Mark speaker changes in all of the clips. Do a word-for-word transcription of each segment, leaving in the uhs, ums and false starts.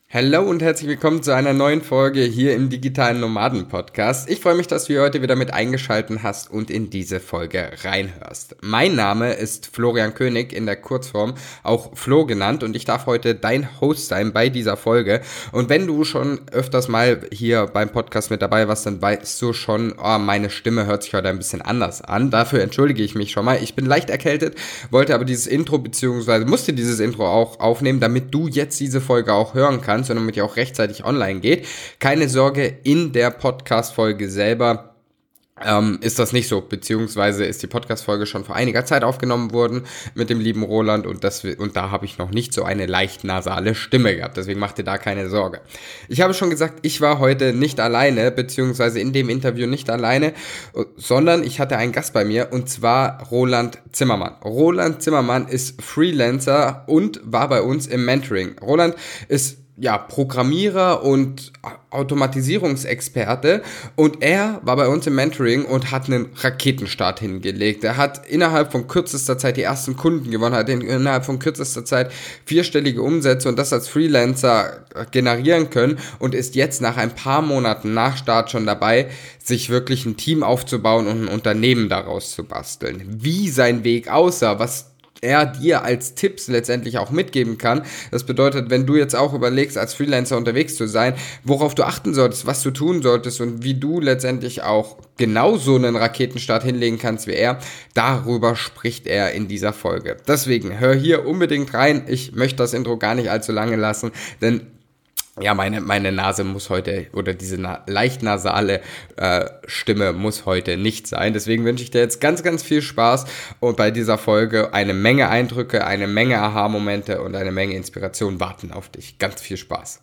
Speaker 1: Hallo und herzlich willkommen zu einer neuen Folge hier im Digitalen Nomaden Podcast. Ich freue mich, dass du hier heute wieder mit eingeschaltet hast und in diese Folge reinhörst. Mein Name ist Florian König, in der Kurzform auch Flo genannt, und ich darf heute dein Host sein bei dieser Folge. Und wenn du schon öfters mal hier beim Podcast mit dabei warst, dann weißt du schon, oh, meine Stimme hört sich heute ein bisschen anders an. Dafür entschuldige ich mich schon mal. Ich bin leicht erkältet, wollte aber dieses Intro beziehungsweise musste dieses Intro auch aufnehmen, damit du jetzt diese Folge auch hören kannst, sondern damit die auch rechtzeitig online geht. Keine Sorge, in der Podcast-Folge selber ähm, ist das nicht so, beziehungsweise ist die Podcast-Folge schon vor einiger Zeit aufgenommen worden mit dem lieben Roland, und, das, und da habe ich noch nicht so eine leicht nasale Stimme gehabt, deswegen mach dir da keine Sorge. Ich habe schon gesagt, ich war heute nicht alleine, beziehungsweise in dem Interview nicht alleine, sondern ich hatte einen Gast bei mir, und zwar Roland Zimmermann. Roland Zimmermann ist Freelancer und war bei uns im Mentoring. Roland ist ja, Programmierer und Automatisierungsexperte, und er war bei uns im Mentoring und hat einen Raketenstart hingelegt. Er hat innerhalb von kürzester Zeit die ersten Kunden gewonnen, hat innerhalb von kürzester Zeit vierstellige Umsätze und das als Freelancer generieren können und ist jetzt nach ein paar Monaten nach Start schon dabei, sich wirklich ein Team aufzubauen und ein Unternehmen daraus zu basteln. Wie sein Weg aussah, was er dir als Tipps letztendlich auch mitgeben kann. Das bedeutet, wenn du jetzt auch überlegst, als Freelancer unterwegs zu sein, worauf du achten solltest, was du tun solltest und wie du letztendlich auch genauso einen Raketenstart hinlegen kannst wie er, darüber spricht er in dieser Folge. Deswegen hör hier unbedingt rein. Ich möchte das Intro gar nicht allzu lange lassen, denn ja, meine, meine Nase muss heute, oder diese na- leicht nasale äh, Stimme muss heute nicht sein. Deswegen wünsche ich dir jetzt ganz, ganz viel Spaß und bei dieser Folge eine Menge Eindrücke, eine Menge Aha-Momente und eine Menge Inspiration warten auf dich. Ganz viel Spaß.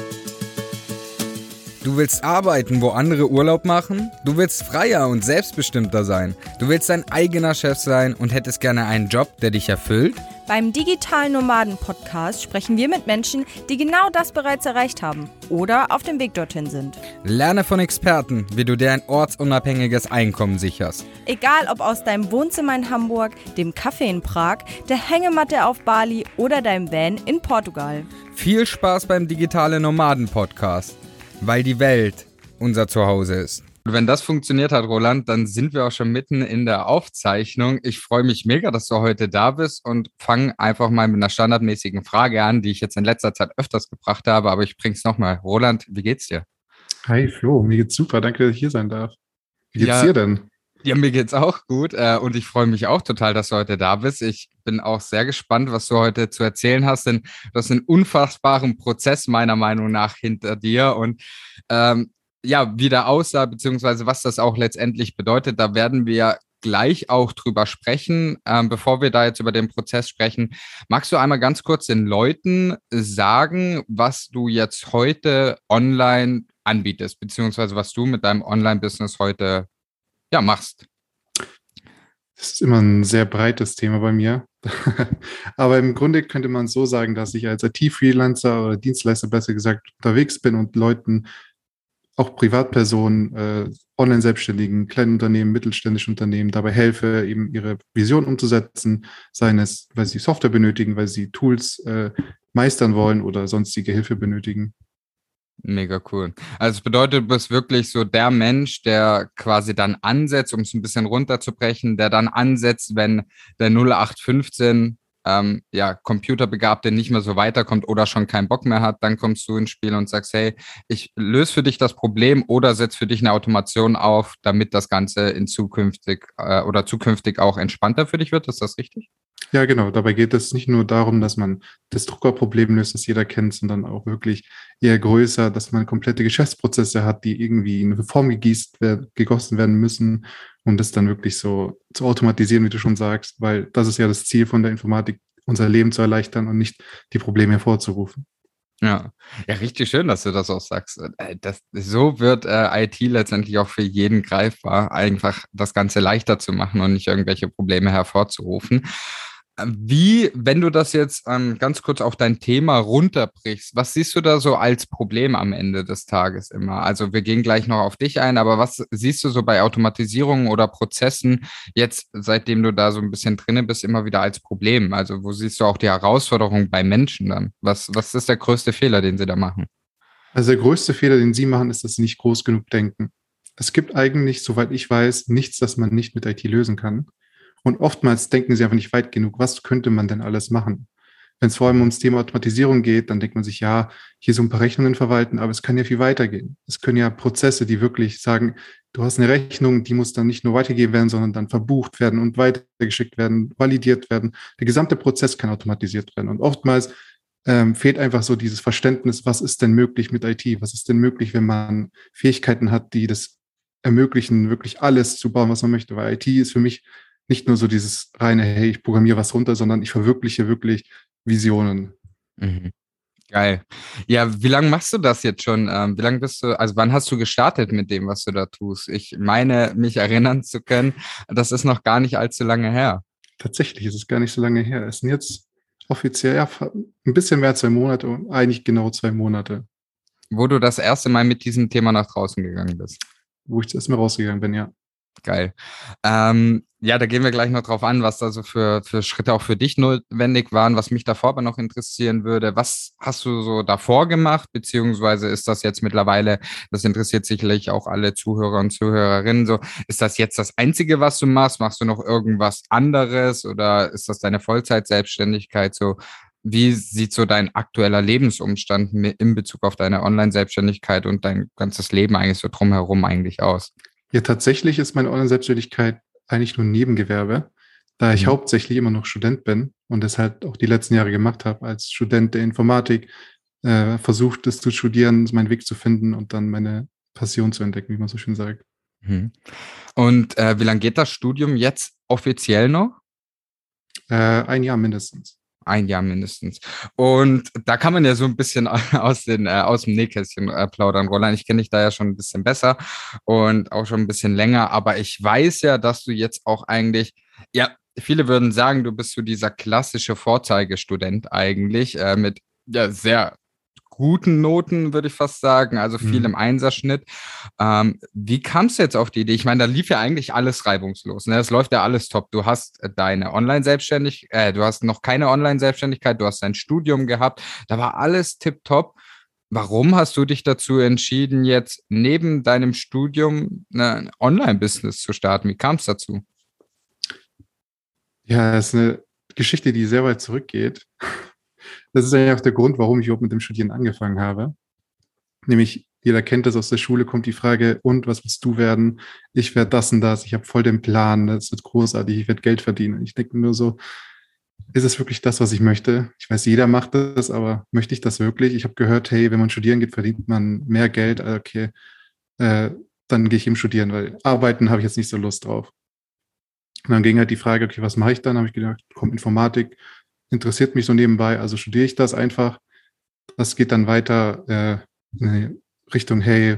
Speaker 2: Du willst arbeiten, wo andere Urlaub machen? Du willst freier und selbstbestimmter sein. Du willst dein eigener Chef sein und hättest gerne einen Job, der dich erfüllt?
Speaker 3: Beim Digitalen Nomaden Podcast sprechen wir mit Menschen, die genau das bereits erreicht haben oder auf dem Weg dorthin sind.
Speaker 2: Lerne von Experten, wie du dir ein ortsunabhängiges Einkommen sicherst.
Speaker 3: Egal ob aus deinem Wohnzimmer in Hamburg, dem Café in Prag, der Hängematte auf Bali oder deinem Van in Portugal.
Speaker 2: Viel Spaß beim Digitale Nomaden Podcast, weil die Welt unser Zuhause ist. Wenn das funktioniert hat, Roland, dann sind wir auch schon mitten in der Aufzeichnung. Ich freue mich mega, dass du heute da bist, und fange einfach mal mit einer standardmäßigen Frage an, die ich jetzt in letzter Zeit öfters gebracht habe, aber ich bring's nochmal. Roland, wie geht's dir?
Speaker 4: Hi Flo, mir geht's super, danke, dass ich hier sein darf. Wie geht's
Speaker 2: Ja,
Speaker 4: dir denn?
Speaker 2: Ja, mir geht's auch gut, äh, und ich freue mich auch total, dass du heute da bist. Ich bin auch sehr gespannt, was du heute zu erzählen hast, denn du hast einen unfassbaren Prozess meiner Meinung nach hinter dir, und ähm, ja, wie der aussah, beziehungsweise was das auch letztendlich bedeutet, da werden wir gleich auch drüber sprechen. Ähm, bevor wir da jetzt über den Prozess sprechen, magst du einmal ganz kurz den Leuten sagen, was du jetzt heute online anbietest, beziehungsweise was du mit deinem Online-Business heute ja, machst?
Speaker 4: Das ist immer ein sehr breites Thema bei mir. Aber im Grunde könnte man so sagen, dass ich als I T-Freelancer oder Dienstleister besser gesagt unterwegs bin und Leuten, auch Privatpersonen, äh, Online-Selbstständigen, kleinen Unternehmen, mittelständischen Unternehmen dabei helfe, eben ihre Vision umzusetzen, seien es, weil sie Software benötigen, weil sie Tools äh, meistern wollen oder sonstige Hilfe benötigen.
Speaker 2: Mega cool. Also es bedeutet, du bist wirklich so der Mensch, der quasi dann ansetzt, um es ein bisschen runterzubrechen, der dann ansetzt, wenn der null acht fünfzehn ähm, ja, Computerbegabte nicht mehr so weiterkommt oder schon keinen Bock mehr hat, dann kommst du ins Spiel und sagst, hey, ich löse für dich das Problem oder setze für dich eine Automation auf, damit das Ganze in zukünftig äh, oder zukünftig auch entspannter für dich wird. Ist das richtig?
Speaker 4: Ja, genau. Dabei geht es nicht nur darum, dass man das Druckerproblem löst, das jeder kennt, sondern auch wirklich eher größer, dass man komplette Geschäftsprozesse hat, die irgendwie in eine Form gegießt, gegossen werden müssen, und das dann wirklich so zu automatisieren, wie du schon sagst, weil das ist ja das Ziel von der Informatik, unser Leben zu erleichtern und nicht die Probleme hervorzurufen.
Speaker 2: Ja, ja, richtig schön, dass du das auch sagst. Das, so wird äh, I T letztendlich auch für jeden greifbar, einfach das Ganze leichter zu machen und nicht irgendwelche Probleme hervorzurufen. Wie, wenn du das jetzt ähm, ganz kurz auf dein Thema runterbrichst, was siehst du da so als Problem am Ende des Tages immer? Also wir gehen gleich noch auf dich ein, aber was siehst du so bei Automatisierungen oder Prozessen jetzt, seitdem du da so ein bisschen drinne bist, immer wieder als Problem? Also wo siehst du auch die Herausforderung bei Menschen dann? Was, was ist der größte Fehler, den sie da machen?
Speaker 4: Also der größte Fehler, den Sie machen, ist, dass Sie nicht groß genug denken. Es gibt eigentlich, soweit ich weiß, nichts, das man nicht mit I T lösen kann. Und oftmals denken sie einfach nicht weit genug, was könnte man denn alles machen? Wenn es vor allem ums Thema Automatisierung geht, dann denkt man sich, ja, hier so ein paar Rechnungen verwalten, aber es kann ja viel weitergehen. Es können ja Prozesse, die wirklich sagen, du hast eine Rechnung, die muss dann nicht nur weitergegeben werden, sondern dann verbucht werden und weitergeschickt werden, validiert werden. Der gesamte Prozess kann automatisiert werden. Und oftmals ähm, fehlt einfach so dieses Verständnis, was ist denn möglich mit I T? Was ist denn möglich, wenn man Fähigkeiten hat, die das ermöglichen, wirklich alles zu bauen, was man möchte? Weil I T ist für mich nicht nur so dieses reine, hey, ich programmiere was runter, sondern ich verwirkliche wirklich Visionen.
Speaker 2: Mhm. Geil. Ja, wie lange machst du das jetzt schon? Ähm, wie lange bist du, also wann hast du gestartet mit dem, was du da tust? Ich meine, mich erinnern zu können, das ist noch gar nicht allzu lange her.
Speaker 4: Tatsächlich ist es gar nicht so lange her. Es sind jetzt offiziell ja, ein bisschen mehr als zwei Monate und eigentlich genau zwei Monate.
Speaker 2: Wo du das erste Mal mit diesem Thema nach draußen gegangen bist.
Speaker 4: Wo ich zuerst mal rausgegangen bin, ja.
Speaker 2: Geil. Ähm, ja, da gehen wir gleich noch drauf an, was da so für, für Schritte auch für dich notwendig waren. Was mich davor aber noch interessieren würde, was hast du so davor gemacht, beziehungsweise ist das jetzt mittlerweile, das interessiert sicherlich auch alle Zuhörer und Zuhörerinnen, so, ist das jetzt das Einzige, was du machst? Machst du noch irgendwas anderes oder ist das deine Vollzeit-Selbstständigkeit? So, wie sieht so dein aktueller Lebensumstand in Bezug auf deine Online-Selbstständigkeit und dein ganzes Leben eigentlich so drumherum eigentlich aus?
Speaker 4: Ja, tatsächlich ist meine Online-Selbstständigkeit eigentlich nur ein Nebengewerbe, da ich mhm. hauptsächlich immer noch Student bin und das halt auch die letzten Jahre gemacht habe, als Student der Informatik, äh, versucht es zu studieren, meinen Weg zu finden und dann meine Passion zu entdecken, wie man so schön sagt.
Speaker 2: Mhm. Und äh, wie lange geht das Studium jetzt offiziell noch?
Speaker 4: Äh, ein Jahr mindestens.
Speaker 2: Ein Jahr mindestens. Und da kann man ja so ein bisschen aus, den, äh, aus dem Nähkästchen äh, plaudern, Roland. Ich kenne dich da ja schon ein bisschen besser und auch schon ein bisschen länger, aber ich weiß ja, dass du jetzt auch eigentlich, ja, viele würden sagen, du bist so dieser klassische Vorzeigestudent eigentlich, äh, mit ja sehr guten Noten, würde ich fast sagen, also viel mhm. im Einserschnitt. Ähm, wie kamst du jetzt auf die Idee? Ich meine, da lief ja eigentlich alles reibungslos. Ne? Es läuft ja alles top. Du hast deine Online-Selbstständigkeit, äh, du hast noch keine Online-Selbstständigkeit, du hast dein Studium gehabt, da war alles tipptopp. Warum hast du dich dazu entschieden, jetzt neben deinem Studium ein Online-Business zu starten? Wie kam es dazu?
Speaker 4: Ja, das ist eine Geschichte, die sehr weit zurückgeht. Das ist eigentlich auch der Grund, warum ich überhaupt mit dem Studieren angefangen habe. Nämlich, jeder kennt das aus der Schule, kommt die Frage, und was willst du werden? Ich werde das und das, ich habe voll den Plan, das wird großartig, ich werde Geld verdienen. Ich denke nur so, ist es wirklich das, was ich möchte? Ich weiß, jeder macht das, aber möchte ich das wirklich? Ich habe gehört, hey, wenn man studieren geht, verdient man mehr Geld. Okay, äh, dann gehe ich eben studieren, weil arbeiten habe ich jetzt nicht so Lust drauf. Und dann ging halt die Frage, okay, was mache ich dann? Habe ich gedacht, komm, Informatik, interessiert mich so nebenbei, also studiere ich das einfach. Das geht dann weiter äh, in Richtung, hey,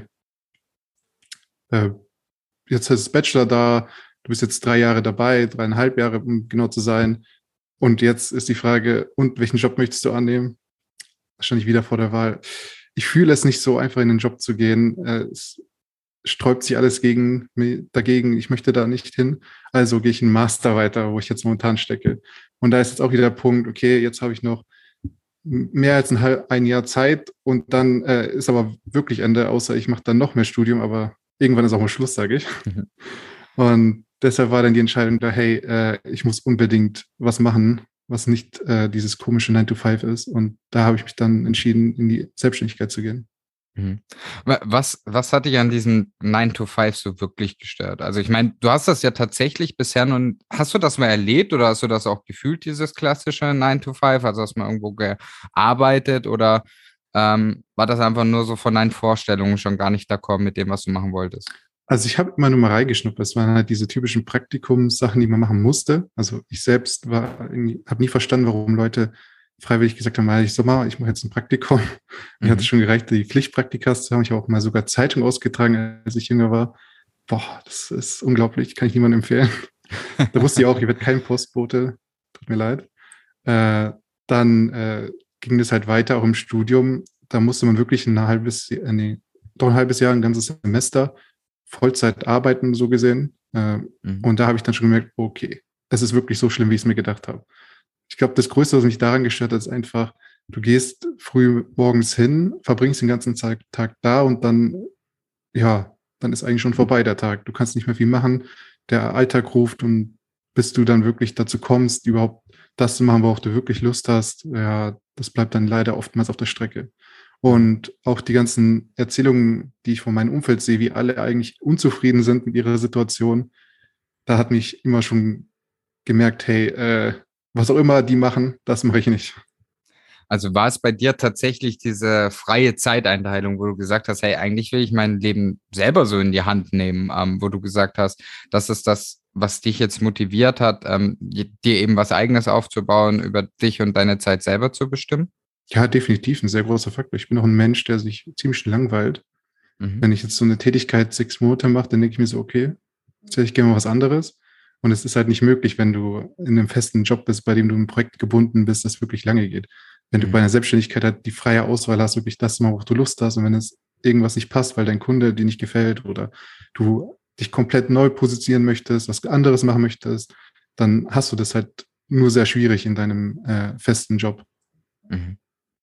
Speaker 4: äh, jetzt ist Bachelor da, du bist jetzt drei Jahre dabei, dreieinhalb Jahre, um genau zu sein. Und jetzt ist die Frage, und welchen Job möchtest du annehmen? Wahrscheinlich wieder vor der Wahl. Ich fühle es nicht so, einfach in den Job zu gehen. Äh, es sträubt sich alles gegen, dagegen. Ich möchte da nicht hin. Also gehe ich in Master weiter, wo ich jetzt momentan stecke. Und da ist jetzt auch wieder der Punkt, okay, jetzt habe ich noch mehr als ein, halb, ein Jahr Zeit und dann äh, ist aber wirklich Ende, außer ich mache dann noch mehr Studium, aber irgendwann ist auch mal Schluss, sage ich. Mhm. Und deshalb war dann die Entscheidung da, hey, äh, ich muss unbedingt was machen, was nicht äh, dieses komische nine to five ist. Und da habe ich mich dann entschieden, in die Selbstständigkeit zu gehen.
Speaker 2: Was, was hat dich an diesem nine to five so wirklich gestört? Also ich meine, du hast das ja tatsächlich bisher nun, hast du das mal erlebt oder hast du das auch gefühlt, dieses klassische nine to five? Also hast du mal irgendwo gearbeitet oder ähm, war das einfach nur so von deinen Vorstellungen schon gar nicht d'accord mit dem, was du machen wolltest?
Speaker 4: Also ich habe immer nur mal reingeschnuppert. Es waren halt diese typischen Praktikumssachen, die man machen musste. Also ich selbst habe nie verstanden, warum Leute freiwillig gesagt haben, ich Sommer, ich mache jetzt ein Praktikum. Mhm. Mir hat es schon gereicht, die Pflichtpraktikas zu haben. Ich habe auch mal sogar Zeitung ausgetragen, als ich jünger war. Boah, das ist unglaublich, kann ich niemandem empfehlen. Da wusste ich auch, ich werde kein Postbote. tut mir leid. Äh, dann äh, ging das halt weiter, auch im Studium. Da musste man wirklich ein halbes, äh, nee, doch ein halbes Jahr, ein ganzes Semester Vollzeit arbeiten, so gesehen. Äh,
Speaker 2: Mhm.
Speaker 4: und da habe ich dann schon gemerkt, okay, es ist wirklich so schlimm, wie ich es mir gedacht habe. Ich glaube, das Größte, was mich daran gestört hat, ist einfach, du gehst früh morgens hin, verbringst den ganzen Tag, Tag da und dann, ja, dann ist eigentlich schon vorbei der Tag. Du kannst nicht mehr viel machen. Der Alltag ruft und bis du dann wirklich dazu kommst, überhaupt das zu machen, worauf du wirklich Lust hast, ja, das bleibt dann leider oftmals auf der Strecke. Und auch die ganzen Erzählungen, die ich von meinem Umfeld sehe, wie alle eigentlich unzufrieden sind mit ihrer Situation, da hat mich immer schon gemerkt, hey, äh, was auch immer die machen, das mache ich nicht.
Speaker 2: Also war es bei dir tatsächlich diese freie Zeiteinteilung, wo du gesagt hast, hey, eigentlich will ich mein Leben selber so in die Hand nehmen, ähm, wo du gesagt hast, das ist das, was dich jetzt motiviert hat, ähm, dir eben was Eigenes aufzubauen, über dich und deine Zeit selber zu bestimmen?
Speaker 4: Ja, definitiv ein sehr großer Faktor. Ich bin auch ein Mensch, der sich ziemlich langweilt.
Speaker 2: Mhm.
Speaker 4: Wenn ich jetzt so eine Tätigkeit sechs Monate mache, dann denke ich mir so, okay, jetzt hätte ich gerne mal was anderes. Und es ist halt nicht möglich, wenn du in einem festen Job bist, bei dem du im Projekt gebunden bist, das wirklich lange geht. Wenn du
Speaker 2: Mhm.
Speaker 4: bei einer Selbstständigkeit halt die freie Auswahl hast, wirklich das zu machen, worauf du Lust hast. Und wenn es irgendwas nicht passt, weil dein Kunde dir nicht gefällt oder du dich komplett neu positionieren möchtest, was anderes machen möchtest, dann hast du das halt nur sehr schwierig in deinem äh, festen Job.
Speaker 2: Mhm.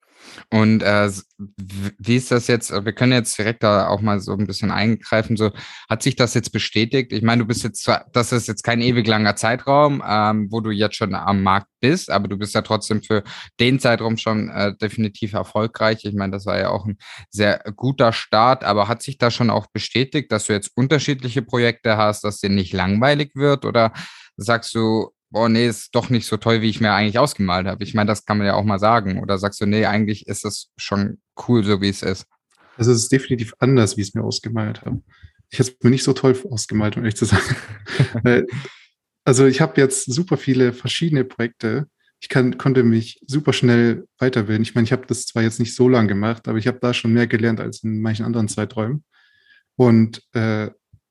Speaker 2: Und äh, s- w- wie ist das jetzt? Wir können jetzt direkt da auch mal so ein bisschen eingreifen. So, hat sich das jetzt bestätigt? Ich meine, du bist jetzt zwar, das ist jetzt kein ewig langer Zeitraum, ähm, wo du jetzt schon am Markt bist, aber du bist ja trotzdem für den Zeitraum schon äh, definitiv erfolgreich. Ich meine, das war ja auch ein sehr guter Start, aber hat sich da schon auch bestätigt, dass du jetzt unterschiedliche Projekte hast, dass dir nicht langweilig wird? Oder sagst du, oh nee, ist doch nicht so toll, wie ich mir eigentlich ausgemalt habe? Ich meine, das kann man ja auch mal sagen. Oder sagst du, nee, eigentlich ist es schon cool, so wie es ist?
Speaker 4: Also es ist definitiv anders, wie ich es mir ausgemalt habe. Ich hätte es mir nicht so toll ausgemalt, um ehrlich zu sein. Weil, also ich habe jetzt super viele verschiedene Projekte. Ich kann, konnte mich super schnell weiterbilden. Ich meine, ich habe das zwar jetzt nicht so lange gemacht, aber ich habe da schon mehr gelernt als in manchen anderen Zeiträumen. Und äh,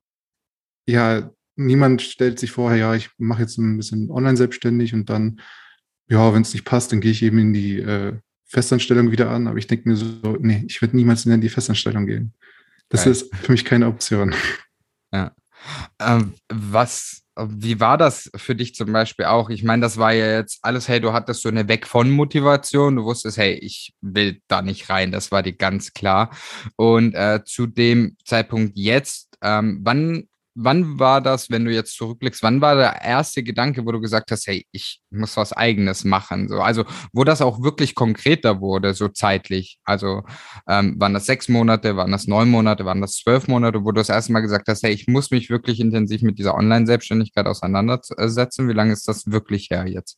Speaker 4: ja, niemand stellt sich vorher, ja, ich mache jetzt ein bisschen online selbstständig und dann, ja, wenn es nicht passt, dann gehe ich eben in die äh, Festanstellung wieder an. Aber ich denke mir so, nee, ich werde niemals in die Festanstellung gehen. Das
Speaker 2: Geil.
Speaker 4: ist für mich keine Option.
Speaker 2: Ja. Ähm, was, wie war das für dich zum Beispiel auch? Ich meine, das war ja jetzt alles, hey, du hattest so eine Weg von Motivation, du wusstest, hey, ich will da nicht rein, das war dir ganz klar. Und äh, zu dem Zeitpunkt jetzt, ähm, wann, wann war das, wenn du jetzt zurückblickst, wann war der erste Gedanke, wo du gesagt hast, hey, ich muss was Eigenes machen? So, also, wo das auch wirklich konkreter wurde, so zeitlich. Also, ähm, waren das sechs Monate, waren das neun Monate, waren das zwölf Monate, wo du das erste Mal gesagt hast, hey, ich muss mich wirklich intensiv mit dieser Online-Selbstständigkeit auseinandersetzen? Wie lange ist das wirklich her jetzt?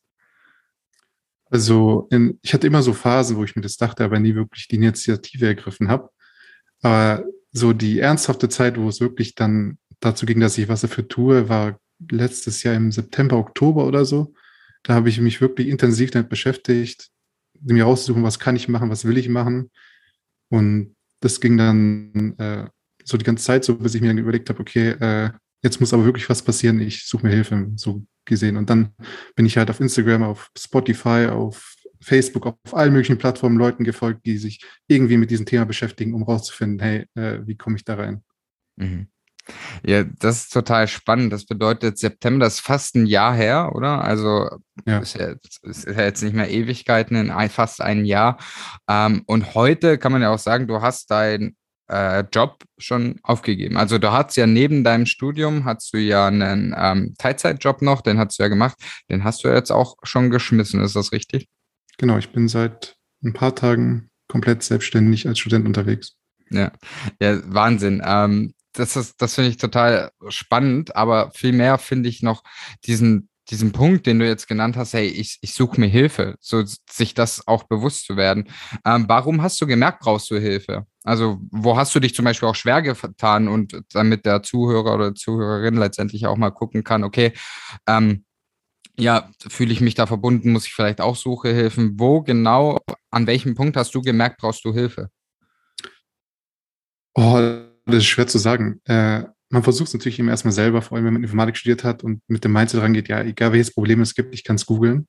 Speaker 4: Also in, ich hatte immer so Phasen, wo ich mir das dachte, aber nie wirklich die Initiative ergriffen habe. Aber so die ernsthafte Zeit, wo es wirklich dann dazu ging, dass ich was dafür tue, war letztes Jahr im September, Oktober oder so. Da habe ich mich wirklich intensiv damit beschäftigt, mir rauszusuchen, was kann ich machen, was will ich machen. Und das ging dann äh, so die ganze Zeit so, bis ich mir dann überlegt habe, okay, äh, jetzt muss aber wirklich was passieren, ich suche mir Hilfe, so gesehen. Und dann bin ich halt auf Instagram, auf Spotify, auf Facebook, auf allen möglichen Plattformen Leuten gefolgt, die sich irgendwie mit diesem Thema beschäftigen, um rauszufinden, hey, äh, wie komme ich da rein?
Speaker 2: Mhm. Ja, das ist total spannend. Das bedeutet, September, das ist fast ein Jahr her, oder? Also
Speaker 4: Ja.
Speaker 2: ist ja, jetzt- ist ja jetzt nicht mehr Ewigkeiten, in ein, fast ein Jahr. Ähm, und heute kann man ja auch sagen, du hast deinen äh, Job schon aufgegeben. Also du hast ja neben deinem Studium, hast du ja einen ähm, Teilzeitjob noch, den hast du ja gemacht, den hast du ja jetzt auch schon geschmissen, ist das richtig?
Speaker 4: Genau, ich bin seit ein paar Tagen komplett selbstständig als Student unterwegs.
Speaker 2: Ja, ja, Wahnsinn. Ähm, das ist, das finde ich total spannend, aber vielmehr finde ich noch diesen, diesen Punkt, den du jetzt genannt hast, hey, ich, ich suche mir Hilfe, so sich das auch bewusst zu werden. Ähm, warum hast du gemerkt, brauchst du Hilfe? Also, wo hast du dich zum Beispiel auch schwer getan und damit der Zuhörer oder Zuhörerin letztendlich auch mal gucken kann, okay, ähm, ja, fühle ich mich da verbunden, muss ich vielleicht auch Suche helfen? Wo genau, an welchem Punkt hast du gemerkt, brauchst du Hilfe?
Speaker 4: Oh, das ist schwer zu sagen. Äh, man versucht es natürlich immer erstmal selber, vor allem wenn man Informatik studiert hat und mit dem Mindset rangeht, ja, egal welches Problem es gibt, ich kann es googeln.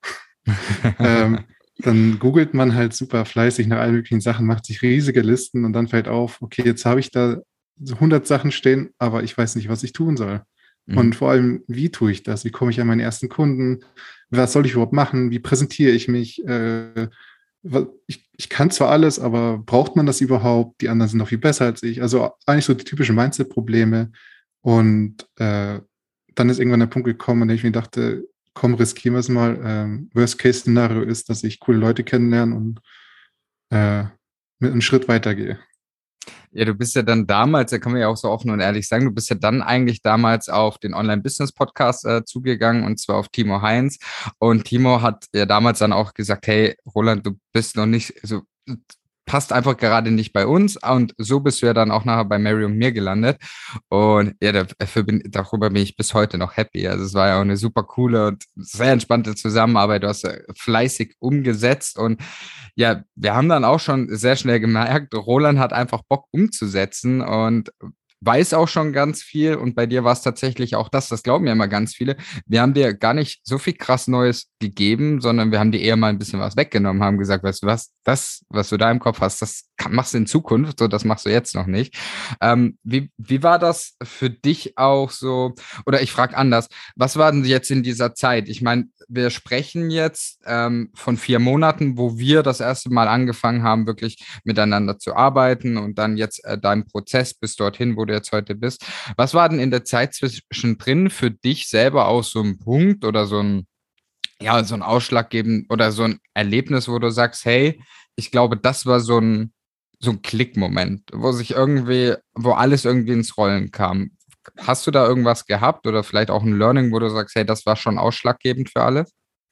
Speaker 4: ähm, dann googelt man halt super fleißig nach allen möglichen Sachen, macht sich riesige Listen und dann fällt auf, okay, jetzt habe ich da so hundert Sachen stehen, aber ich weiß nicht, was ich tun soll.
Speaker 2: Mhm.
Speaker 4: Und vor allem, wie tue ich das? Wie komme ich an meine ersten Kunden? Was soll ich überhaupt machen? Wie präsentiere ich mich? Äh, wa- ich, ich kann zwar alles, aber braucht man das überhaupt? Die anderen sind noch viel besser als ich. Also eigentlich so die typischen Mindset-Probleme. Und äh, dann ist irgendwann der Punkt gekommen, an dem ich mir dachte, komm, riskieren wir es mal. Ähm, Worst-Case-Szenario ist, dass ich coole Leute kennenlerne und äh, mit einem Schritt weitergehe.
Speaker 2: Ja, du bist ja dann damals, da kann man ja auch so offen und ehrlich sagen, du bist ja dann eigentlich damals auf den Online-Business-Podcast äh, zugegangen und zwar auf Timo Heinz. Und Timo hat ja damals dann auch gesagt, hey, Roland, du bist noch nicht, so passt einfach gerade nicht bei uns. Und so bist du ja dann auch nachher bei Mary und mir gelandet. Und ja, dafür bin, darüber bin ich bis heute noch happy. Also es war ja auch eine super coole und sehr entspannte Zusammenarbeit. Du hast ja fleißig umgesetzt und ja, wir haben dann auch schon sehr schnell gemerkt, Roland hat einfach Bock umzusetzen und weiß auch schon ganz viel. Und bei dir war es tatsächlich auch das, das glauben ja immer ganz viele. Wir haben dir gar nicht so viel krass Neues gegeben, sondern wir haben dir eher mal ein bisschen was weggenommen, haben gesagt, weißt du was, das, was du da im Kopf hast, das kann, machst du in Zukunft, so das machst du jetzt noch nicht. Ähm, wie, wie war das für dich auch so, oder ich frage anders, was war denn jetzt in dieser Zeit? Ich meine, wir sprechen jetzt ähm, von vier Monaten, wo wir das erste Mal angefangen haben, wirklich miteinander zu arbeiten und dann jetzt äh, dein Prozess bis dorthin, wo du jetzt heute bist. Was war denn in der Zeit zwischendrin für dich selber auch so ein Punkt oder so ein, ja, so ein ausschlaggebend oder so ein Erlebnis, wo du sagst, hey, ich glaube, das war so ein, so ein Klickmoment, wo sich irgendwie, wo alles irgendwie ins Rollen kam. Hast du da irgendwas gehabt oder vielleicht auch ein Learning, wo du sagst, hey, das war schon ausschlaggebend für alles?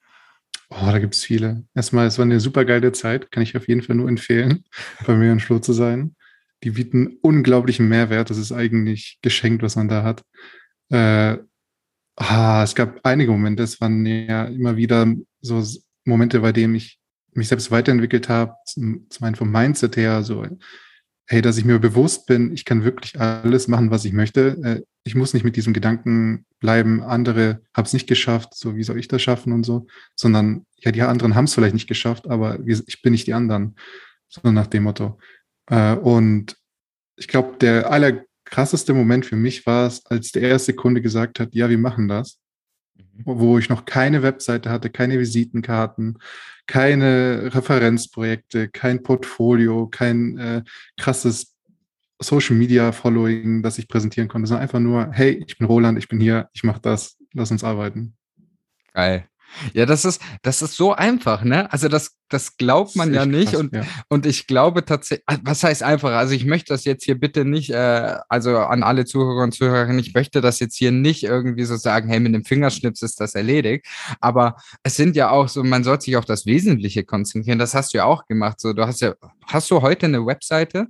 Speaker 4: Oh, da gibt es viele. Erstmal, es war eine super geile Zeit, kann ich auf jeden Fall nur empfehlen, bei mir und Flo zu sein. Die bieten unglaublichen Mehrwert. Das ist eigentlich geschenkt, was man da hat. Äh, ah, es gab einige Momente, es waren ja immer wieder so Momente, bei denen ich mich selbst weiterentwickelt habe, zum, zum einen vom Mindset her, so, hey, dass ich mir bewusst bin, ich kann wirklich alles machen, was ich möchte. Äh, ich muss nicht mit diesem Gedanken bleiben, andere haben es nicht geschafft, so wie soll ich das schaffen und so, sondern ja, die anderen haben es vielleicht nicht geschafft, aber wir, ich bin nicht die anderen, so nach dem Motto. Äh, und ich glaube, der allerkrasseste Moment für mich war es, als der erste Kunde gesagt hat, ja, wir machen das, wo ich noch keine Webseite hatte, keine Visitenkarten, keine Referenzprojekte, kein Portfolio, kein äh, krasses Social Media Following, das ich präsentieren konnte, sondern einfach nur, hey, ich bin Roland, ich bin hier, ich mache das, lass uns arbeiten.
Speaker 2: Geil. Ja, das ist, das ist so einfach, ne? Also das, das glaubt man
Speaker 4: Das ist
Speaker 2: ja
Speaker 4: echt
Speaker 2: nicht
Speaker 4: krass,
Speaker 2: und,
Speaker 4: ja.
Speaker 2: und ich glaube tatsächlich, was heißt einfach? Also ich möchte das jetzt hier bitte nicht, äh, also an alle Zuhörer und Zuhörerinnen, ich möchte das jetzt hier nicht irgendwie so sagen, hey, mit dem Fingerschnips ist das erledigt, aber es sind ja auch so, man sollte sich auf das Wesentliche konzentrieren, das hast du ja auch gemacht, so, du hast ja, hast du heute eine Webseite?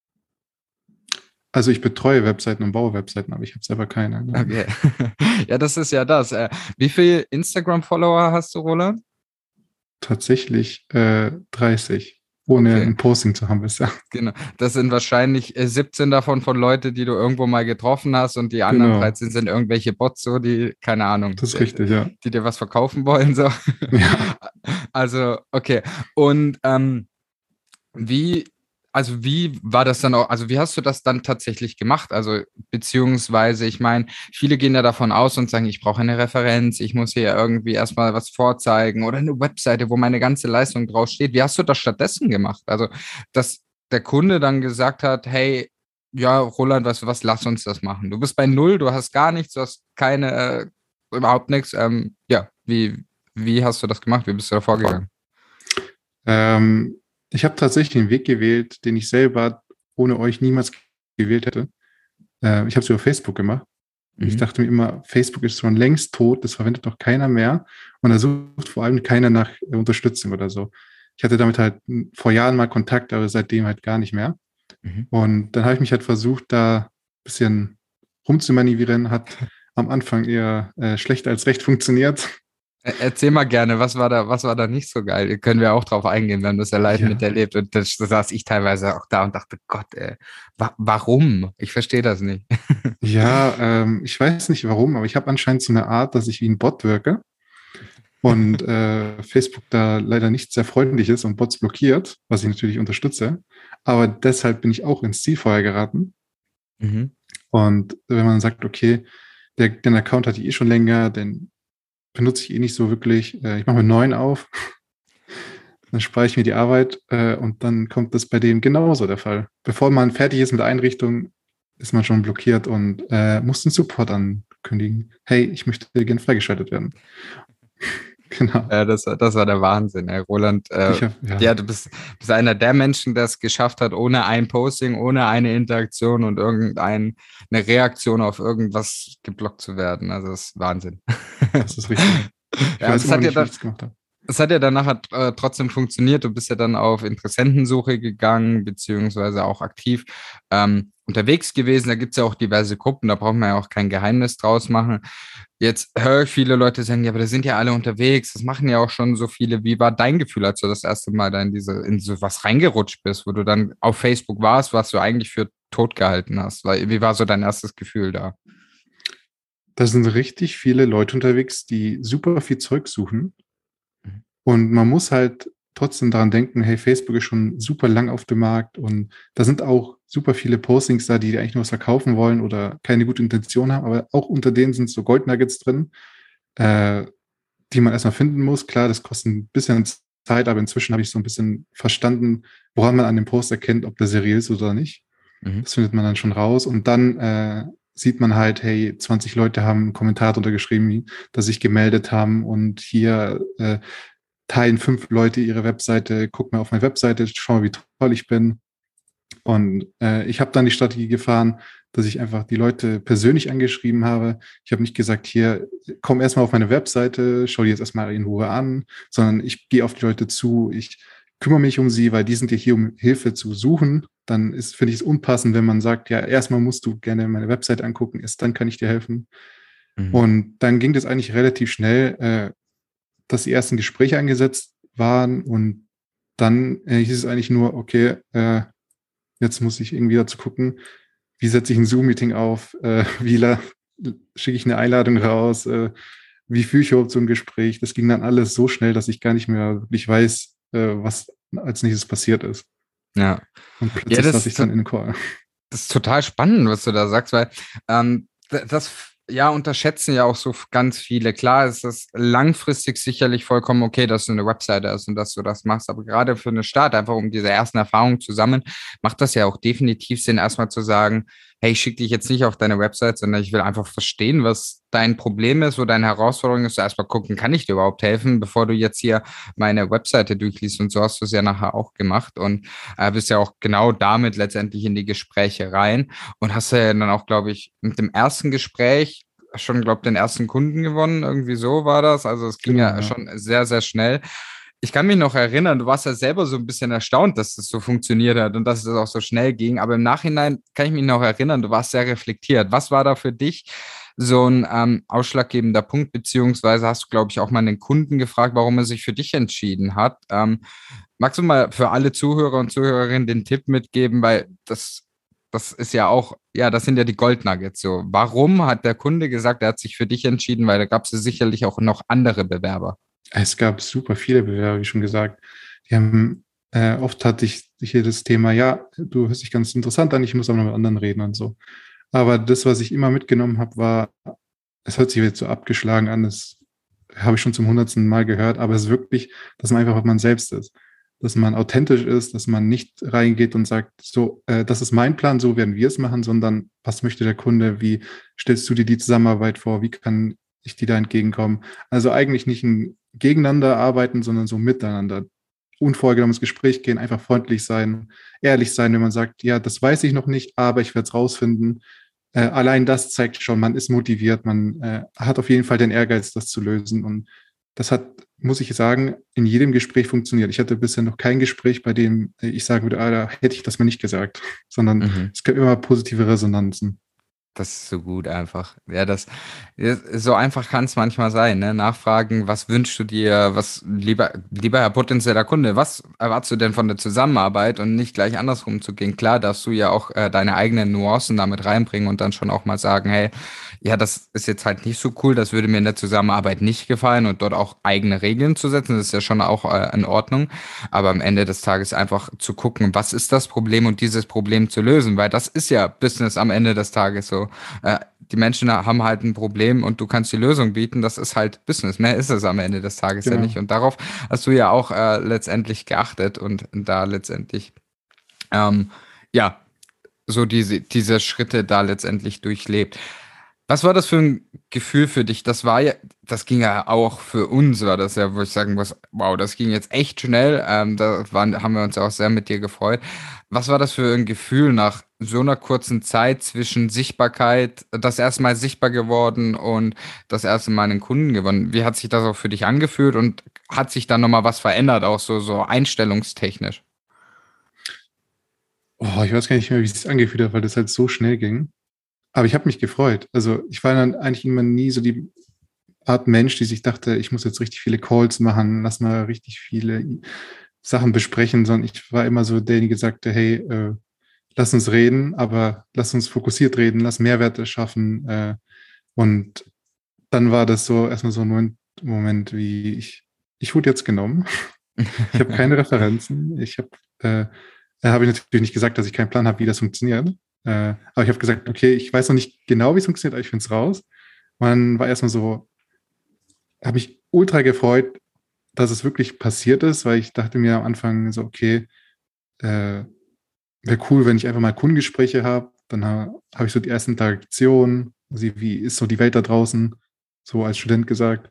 Speaker 4: Also ich betreue Webseiten und baue Webseiten, aber ich habe selber keine.
Speaker 2: Okay. Ja, das ist ja das. Äh, Wie viel Instagram-Follower hast du, Roland?
Speaker 4: Tatsächlich äh, dreißig, ohne
Speaker 2: Okay.
Speaker 4: ein Posting zu haben bisher.
Speaker 2: Genau. Das sind wahrscheinlich äh, siebzehn davon von Leute, die du irgendwo mal getroffen hast und die anderen
Speaker 4: Genau,
Speaker 2: dreizehn sind irgendwelche Bots, so, die, keine Ahnung,
Speaker 4: das ist
Speaker 2: die,
Speaker 4: richtig, ja.
Speaker 2: die dir was verkaufen wollen, so.
Speaker 4: Ja.
Speaker 2: Also, okay. Und ähm, wie, also wie war das dann auch, also wie hast du das dann tatsächlich gemacht? Also, beziehungsweise, ich meine, viele gehen ja davon aus und sagen, ich brauche eine Referenz, ich muss hier irgendwie erstmal was vorzeigen oder eine Webseite, wo meine ganze Leistung drauf steht. Wie hast du das stattdessen gemacht? Also, dass der Kunde dann gesagt hat, hey, ja, Roland, weißt du was, lass uns das machen. Du bist bei null, du hast gar nichts, du hast keine, äh, überhaupt nichts. Ähm, ja, wie, wie hast du das gemacht? Wie bist du da vorgegangen?
Speaker 4: Ähm, ich habe tatsächlich einen Weg gewählt, den ich selber ohne euch niemals gewählt hätte. Äh, ich habe es über Facebook gemacht. Und ich
Speaker 2: Mhm.
Speaker 4: dachte mir immer, Facebook ist schon längst tot, das verwendet doch keiner mehr. Und da sucht vor allem keiner nach äh, Unterstützung oder so. Ich hatte damit halt m, vor Jahren mal Kontakt, aber seitdem halt gar nicht mehr.
Speaker 2: Mhm.
Speaker 4: Und dann habe ich mich halt versucht, da ein bisschen rumzumanövrieren, hat am Anfang eher äh, schlecht als recht funktioniert.
Speaker 2: Erzähl mal gerne, was war da, was war da nicht so geil? Können wir auch drauf eingehen, wir haben das ja live
Speaker 4: Ja.
Speaker 2: miterlebt. Und da saß ich teilweise auch da und dachte, Gott, ey, wa warum? Ich verstehe das nicht.
Speaker 4: Ja, ähm, ich weiß nicht warum, aber ich habe anscheinend so eine Art, dass ich wie ein Bot wirke und äh, Facebook da leider nicht sehr freundlich ist und Bots blockiert, was ich natürlich unterstütze. Aber deshalb bin ich auch ins Zielfeuer geraten.
Speaker 2: Mhm.
Speaker 4: Und wenn man sagt, okay, der, den Account hatte ich eh schon länger, den benutze ich eh nicht so wirklich, äh, ich mache mir einen neuen auf, dann spare ich mir die Arbeit äh, und dann kommt das bei dem genauso der Fall. Bevor man fertig ist mit der Einrichtung, ist man schon blockiert und äh, muss den Support ankündigen. Hey, ich möchte gerne freigeschaltet werden. Genau.
Speaker 2: Ja, das, das war der Wahnsinn, ey. Roland. Äh,
Speaker 4: Ich hab, ja.
Speaker 2: ja, du bist, bist einer der Menschen, der es geschafft hat, ohne ein Posting, ohne eine Interaktion und irgendeine Reaktion auf irgendwas geblockt zu werden. Also das ist Wahnsinn.
Speaker 4: Das ist richtig. Ich
Speaker 2: Ja,
Speaker 4: weiß
Speaker 2: das
Speaker 4: immer
Speaker 2: hat ja
Speaker 4: nicht, wie
Speaker 2: dann,
Speaker 4: ich es gemacht habe.
Speaker 2: es hat ja dann nachher äh, trotzdem funktioniert. Du bist ja dann auf Interessentensuche gegangen, beziehungsweise auch aktiv ähm, unterwegs gewesen. Da gibt es ja auch diverse Gruppen, da braucht man ja auch kein Geheimnis draus machen. Jetzt höre ich viele Leute sagen, ja, aber da sind ja alle unterwegs, das machen ja auch schon so viele. Wie war dein Gefühl, als du das erste Mal da in diese, in so was reingerutscht bist, wo du dann auf Facebook warst, was du eigentlich für tot gehalten hast? Weil, wie war so dein erstes Gefühl da?
Speaker 4: Da sind richtig viele Leute unterwegs, die super viel Zeug suchen.
Speaker 2: Mhm.
Speaker 4: Und man muss halt trotzdem daran denken, hey, Facebook ist schon super lang auf dem Markt und da sind auch super viele Postings da, die eigentlich nur was verkaufen wollen oder keine gute Intention haben, aber auch unter denen sind so Goldnuggets drin, äh, die man erstmal finden muss. Klar, das kostet ein bisschen Zeit, aber inzwischen habe ich so ein bisschen verstanden, woran man an dem Post erkennt, ob der seriös ist oder nicht.
Speaker 2: Mhm.
Speaker 4: Das findet man dann schon raus und dann äh, sieht man halt, hey, zwanzig Leute haben einen Kommentar drunter geschrieben, dass sich gemeldet haben und hier äh, teilen fünf Leute ihre Webseite, guck mal auf meine Webseite, schau mal, wie toll ich bin. Und äh, ich habe dann die Strategie gefahren, dass ich einfach die Leute persönlich angeschrieben habe. Ich habe nicht gesagt, hier, komm erstmal auf meine Webseite, schau dir jetzt erstmal in Ruhe an, sondern ich gehe auf die Leute zu, ich kümmere mich um sie, weil die sind ja hier, um Hilfe zu suchen. Dann ist, finde ich es unpassend, wenn man sagt, ja, erstmal musst du gerne meine Webseite angucken, erst dann kann ich dir helfen.
Speaker 2: Mhm.
Speaker 4: Und dann ging das eigentlich relativ schnell, äh, dass die ersten Gespräche angesetzt waren und dann äh, hieß es eigentlich nur, okay, äh, jetzt muss ich irgendwie dazu gucken, wie setze ich ein Zoom-Meeting auf, äh, wie la- schicke ich eine Einladung raus, äh, wie führe ich überhaupt so ein Gespräch. Das ging dann alles so schnell, dass ich gar nicht mehr wirklich weiß, äh, was als nächstes passiert ist.
Speaker 2: Ja.
Speaker 4: Und
Speaker 2: Ja,
Speaker 4: plötzlich
Speaker 2: das
Speaker 4: saß ich dann in den Call.
Speaker 2: Das ist total spannend, was du da sagst, weil ähm, d- das ja unterschätzen ja auch so ganz viele. Klar ist das langfristig sicherlich vollkommen okay, dass du eine Webseite hast und dass du das machst, aber gerade für eine Start, einfach um diese ersten Erfahrungen zu sammeln, macht das ja auch definitiv Sinn, erstmal zu sagen, hey, ich schicke dich jetzt nicht auf deine Website, sondern ich will einfach verstehen, was dein Problem ist, wo deine Herausforderung ist, erstmal gucken, kann ich dir überhaupt helfen, bevor du jetzt hier meine Webseite durchliest, und so hast du es ja nachher auch gemacht und äh, bist ja auch genau damit letztendlich in die Gespräche rein und hast ja dann auch, glaube ich, mit dem ersten Gespräch schon, glaube ich, den ersten Kunden gewonnen, irgendwie so war das, also es ging
Speaker 4: Genau,
Speaker 2: ja
Speaker 4: ja.
Speaker 2: schon sehr, sehr schnell. Ich kann mich noch erinnern, du warst ja selber so ein bisschen erstaunt, dass das so funktioniert hat und dass es auch so schnell ging. Aber im Nachhinein kann ich mich noch erinnern, du warst sehr reflektiert. Was war da für dich so ein ähm, ausschlaggebender Punkt? Beziehungsweise hast du, glaube ich, auch mal den Kunden gefragt, warum er sich für dich entschieden hat. Ähm, magst du mal für alle Zuhörer und Zuhörerinnen den Tipp mitgeben, weil das, das ist ja auch, ja, das sind ja die Goldnuggets so. Warum hat der Kunde gesagt, er hat sich für dich entschieden? Weil da gab es ja sicherlich auch noch andere Bewerber.
Speaker 4: Es gab super viele Bewerber, wie schon gesagt. Die haben, äh, oft hatte ich hier das Thema, ja, du hörst dich ganz interessant an, ich muss aber noch mit anderen reden und so. Aber das, was ich immer mitgenommen habe, war, es hört sich jetzt so abgeschlagen an, das habe ich schon zum hundertsten Mal gehört, aber es ist wirklich, dass man einfach man selbst ist. Dass man authentisch ist, dass man nicht reingeht und sagt, so, äh, das ist mein Plan, so werden wir es machen, sondern was möchte der Kunde, wie stellst du dir die Zusammenarbeit vor, wie kann ich dir da entgegenkommen? Also eigentlich nicht ein gegeneinander arbeiten, sondern so miteinander. Unvorgenommenes Gespräch gehen, einfach freundlich sein, ehrlich sein, wenn man sagt, ja, das weiß ich noch nicht, aber ich werde es rausfinden. Äh, allein das zeigt schon, man ist motiviert, man äh, hat auf jeden Fall den Ehrgeiz, das zu lösen. Und das hat, muss ich sagen, in jedem Gespräch funktioniert. Ich hatte bisher noch kein Gespräch, bei dem ich sagen würde, ah, da hätte ich das mal nicht gesagt, sondern
Speaker 2: Mhm.
Speaker 4: es gibt immer positive Resonanzen.
Speaker 2: Das ist so gut einfach. Ja, das so einfach kann es manchmal sein, ne? Nachfragen, was wünschst du dir, was, lieber, lieber Herr potenzieller Kunde, was erwartest du denn von der Zusammenarbeit und nicht gleich andersrum zu gehen? Klar, darfst du ja auch äh, deine eigenen Nuancen damit reinbringen und dann schon auch mal sagen, hey, ja, das ist jetzt halt nicht so cool, das würde mir in der Zusammenarbeit nicht gefallen und dort auch eigene Regeln zu setzen, das ist ja schon auch äh, in Ordnung. Aber am Ende des Tages einfach zu gucken, was ist das Problem und dieses Problem zu lösen, weil das ist ja Business am Ende des Tages so. Äh, die Menschen haben halt ein Problem und du kannst die Lösung bieten, das ist halt Business. Mehr ist es am Ende des Tages ja
Speaker 4: Genau.
Speaker 2: nicht. Und darauf hast du ja auch äh, letztendlich geachtet und da letztendlich, ähm, ja, so diese, diese Schritte da letztendlich durchlebt. Was war das für ein Gefühl für dich? Das war ja, das ging ja auch für uns, war das ja, wo ich sagen muss, wow, das ging jetzt echt schnell. Ähm, da waren, haben wir uns auch sehr mit dir gefreut. Was war das für ein Gefühl nach so einer kurzen Zeit zwischen Sichtbarkeit, das erste Mal sichtbar geworden und das erste Mal einen Kunden gewonnen? Wie hat sich das auch für dich angefühlt und hat sich da nochmal was verändert, auch so, so einstellungstechnisch?
Speaker 4: Oh, ich weiß gar nicht mehr, wie es sich angefühlt hat, weil das halt so schnell ging. Aber ich habe mich gefreut. Also ich war dann eigentlich immer nie so die Art Mensch, die sich dachte, ich muss jetzt richtig viele Calls machen, lass mal richtig viele Sachen besprechen, sondern ich war immer so derjenige, der sagte, hey, äh, lass uns reden, aber lass uns fokussiert reden, lass Mehrwerte schaffen. Äh, und dann war das so erstmal so ein Moment, Moment wie ich, ich wurde jetzt genommen. Ich habe keine Referenzen. Ich habe äh, habe ich natürlich nicht gesagt, dass ich keinen Plan habe, wie das funktioniert. Äh, aber ich habe gesagt, okay, ich weiß noch nicht genau, wie es funktioniert, aber ich finde es raus. Man war erstmal so, habe mich ultra gefreut, dass es wirklich passiert ist, weil ich dachte mir am Anfang so, okay, äh, wäre cool, wenn ich einfach mal Kundengespräche habe. Dann ha, habe ich so die ersten Interaktionen, also wie ist so die Welt da draußen, so als Student gesagt.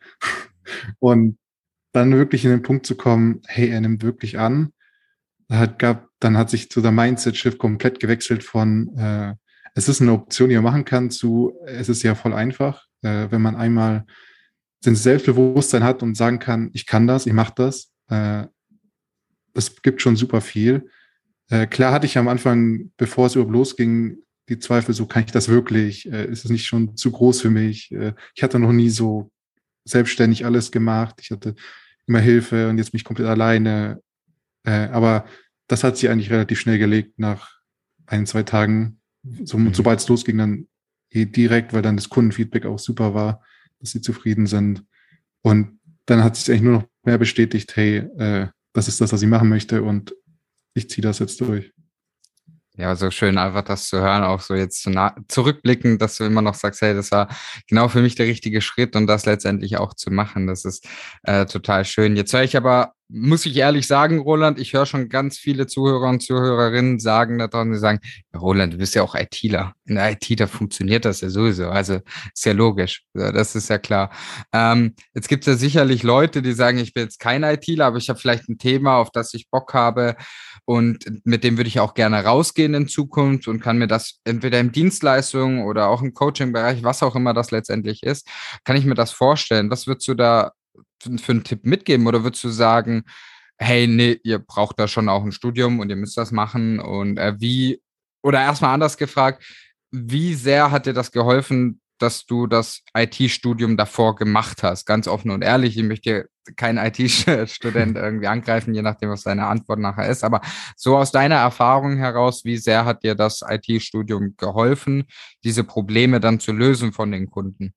Speaker 4: Und dann wirklich in den Punkt zu kommen, hey, er nimmt wirklich an. Hat, gab, dann hat sich so der Mindset-Shift komplett gewechselt von, äh, es ist eine Option, die man machen kann, zu, es ist ja voll einfach, äh, wenn man einmal sein Selbstbewusstsein hat und sagen kann, ich kann das, ich mache das. Äh, das gibt schon super viel. Äh, klar hatte ich am Anfang, bevor es überhaupt losging, die Zweifel, so kann ich das wirklich? Äh, ist es nicht schon zu groß für mich? Äh, ich hatte noch nie so selbstständig alles gemacht. Ich hatte immer Hilfe und jetzt bin ich komplett alleine. Äh, aber das hat sich eigentlich relativ schnell gelegt nach ein, zwei Tagen. So, mhm. Sobald es losging, dann eh direkt, weil dann das Kundenfeedback auch super war, dass sie zufrieden sind. Und dann hat sich eigentlich nur noch mehr bestätigt, hey, äh, das ist das, was ich machen möchte und ich ziehe das jetzt durch.
Speaker 2: Ja, so schön einfach das zu hören, auch so jetzt zurückblicken, dass du immer noch sagst, hey, das war genau für mich der richtige Schritt und das letztendlich auch zu machen. Das ist äh, total schön. Jetzt höre ich aber, muss ich ehrlich sagen, Roland, ich höre schon ganz viele Zuhörer und Zuhörerinnen sagen da dran, die sagen, ja, Roland, du bist ja auch ITler. In der I T, da funktioniert das ja sowieso. Also ist ja logisch. Das ist ja klar. Ähm, jetzt gibt es ja sicherlich Leute, die sagen, ich bin jetzt kein ITler, aber ich habe vielleicht ein Thema, auf das ich Bock habe und mit dem würde ich auch gerne rausgehen in Zukunft und kann mir das entweder im Dienstleistung oder auch im Coaching-Bereich, was auch immer das letztendlich ist, kann ich mir das vorstellen. Was würdest du da für einen Tipp mitgeben oder würdest du sagen, hey, nee, ihr braucht da schon auch ein Studium und ihr müsst das machen und äh, wie, oder erstmal anders gefragt, wie sehr hat dir das geholfen, dass du das I T-Studium davor gemacht hast? Ganz offen und ehrlich, ich möchte keinen I T-Student irgendwie angreifen, je nachdem, was deine Antwort nachher ist, aber so aus deiner Erfahrung heraus, wie sehr hat dir das I T-Studium geholfen, diese Probleme dann zu lösen von den Kunden?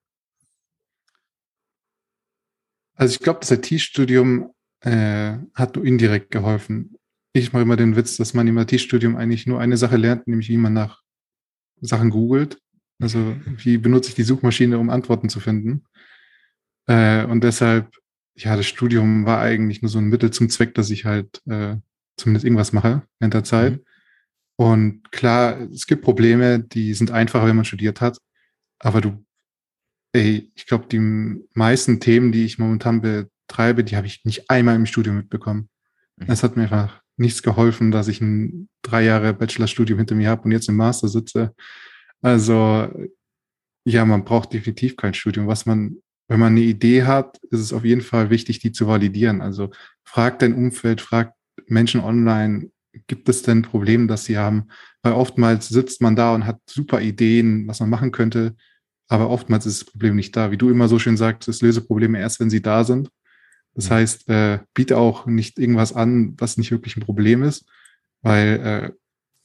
Speaker 4: Also ich glaube, das I T-Studium äh, hat nur indirekt geholfen. Ich mache immer den Witz, dass man im I T-Studium eigentlich nur eine Sache lernt, nämlich wie man nach Sachen googelt. Also wie benutze ich die Suchmaschine, um Antworten zu finden. Äh, und deshalb, ja, das Studium war eigentlich nur so ein Mittel zum Zweck, dass ich halt äh, zumindest irgendwas mache in der Zeit. Mhm. Und klar, es gibt Probleme, die sind einfacher, wenn man studiert hat. Aber du, ey, ich glaube, die meisten Themen, die ich momentan betreibe, die habe ich nicht einmal im Studium mitbekommen. Mhm. Es hat mir einfach nichts geholfen, dass ich ein drei Jahre Bachelorstudium hinter mir habe und jetzt im Master sitze. Also, ja, man braucht definitiv kein Studium. Was man, wenn man eine Idee hat, ist es auf jeden Fall wichtig, die zu validieren. Also, frag dein Umfeld, frag Menschen online, gibt es denn ein Problem, das sie haben? Weil oftmals sitzt man da und hat super Ideen, was man machen könnte, aber oftmals ist das Problem nicht da. Wie du immer so schön sagst, es löse Probleme erst, wenn sie da sind. Das
Speaker 2: Mhm.
Speaker 4: heißt, äh, biete auch nicht irgendwas an, was nicht wirklich ein Problem ist, weil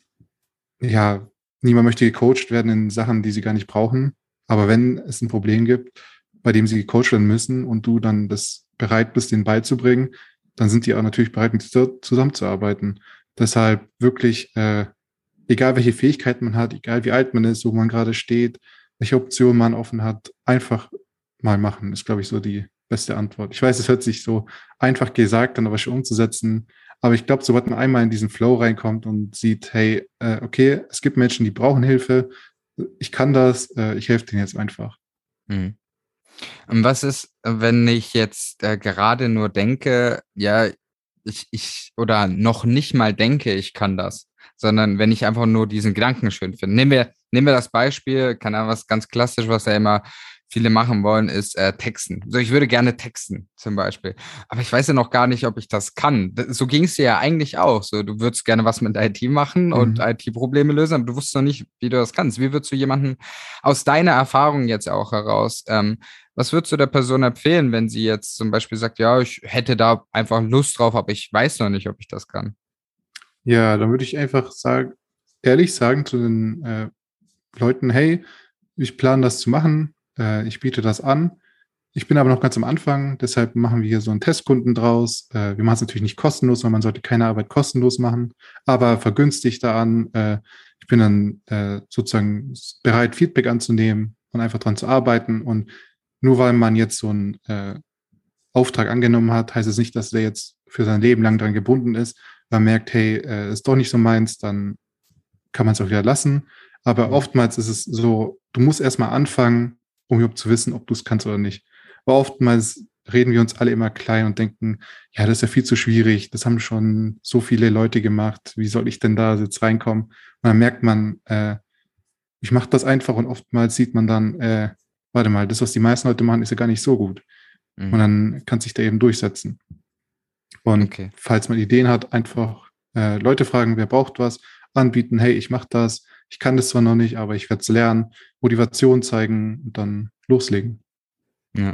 Speaker 4: äh, ja, niemand möchte gecoacht werden in Sachen, die sie gar nicht brauchen. Aber wenn es ein Problem gibt, bei dem sie gecoacht werden müssen und du dann das bereit bist, denen beizubringen, dann sind die auch natürlich bereit, mit dir zusammenzuarbeiten. Deshalb wirklich, äh, egal welche Fähigkeiten man hat, egal wie alt man ist, wo man gerade steht, welche Optionen man offen hat, einfach mal machen, ist, glaube ich, so die beste Antwort. Ich weiß, es hört sich so einfach gesagt an, aber schon umzusetzen. Aber ich glaube, sobald man einmal in diesen Flow reinkommt und sieht, hey, äh, okay, es gibt Menschen, die brauchen Hilfe, ich kann das, äh, ich helfe denen jetzt einfach.
Speaker 2: Mhm. Und was ist, wenn ich jetzt äh, gerade nur denke, ja, ich, ich, oder noch nicht mal denke, ich kann das, sondern wenn ich einfach nur diesen Gedanken schön finde. Nehmen wir, nehmen wir das Beispiel, keine Ahnung, was ganz klassisch, was ja immer viele machen wollen, ist äh, texten. So, ich würde gerne texten, zum Beispiel. Aber ich weiß ja noch gar nicht, ob ich das kann. Das, so ging es dir ja eigentlich auch. So, du würdest gerne was mit I T machen und
Speaker 4: Mhm.
Speaker 2: I T-Probleme lösen, aber du wusstest noch nicht, wie du das kannst. Wie würdest du jemanden aus deiner Erfahrung jetzt auch heraus, ähm, was würdest du der Person empfehlen, wenn sie jetzt zum Beispiel sagt, ja, ich hätte da einfach Lust drauf, aber ich weiß noch nicht, ob ich das kann?
Speaker 4: Ja, dann würde ich einfach sagen, ehrlich sagen zu den äh, Leuten, hey, ich plane das zu machen, äh, ich biete das an. Ich bin aber noch ganz am Anfang, deshalb machen wir hier so einen Testkunden draus. Äh, wir machen es natürlich nicht kostenlos, weil man sollte keine Arbeit kostenlos machen, aber vergünstigt da an. Äh, ich bin dann äh, sozusagen bereit, Feedback anzunehmen und einfach dran zu arbeiten. Und nur weil man jetzt so einen äh, Auftrag angenommen hat, heißt es nicht, dass der jetzt für sein Leben lang dran gebunden ist. Man merkt, hey, äh, ist doch nicht so meins, dann kann man es auch wieder lassen. Aber
Speaker 2: Mhm.
Speaker 4: oftmals ist es so, du musst erstmal anfangen, um überhaupt zu wissen, ob du es kannst oder nicht. Aber oftmals reden wir uns alle immer klein und denken, ja, das ist ja viel zu schwierig, das haben schon so viele Leute gemacht, wie soll ich denn da jetzt reinkommen? Und dann merkt man, äh, ich mache das einfach und oftmals sieht man dann, äh, warte mal, das, was die meisten Leute machen, ist ja gar nicht so gut. Und
Speaker 2: Mhm.
Speaker 4: dann kann sich da eben durchsetzen. Und
Speaker 2: Okay.
Speaker 4: falls man Ideen hat, einfach äh, Leute fragen, wer braucht was, anbieten, hey, ich mache das, ich kann das zwar noch nicht, aber ich werde es lernen, Motivation zeigen und dann loslegen.
Speaker 2: Ja.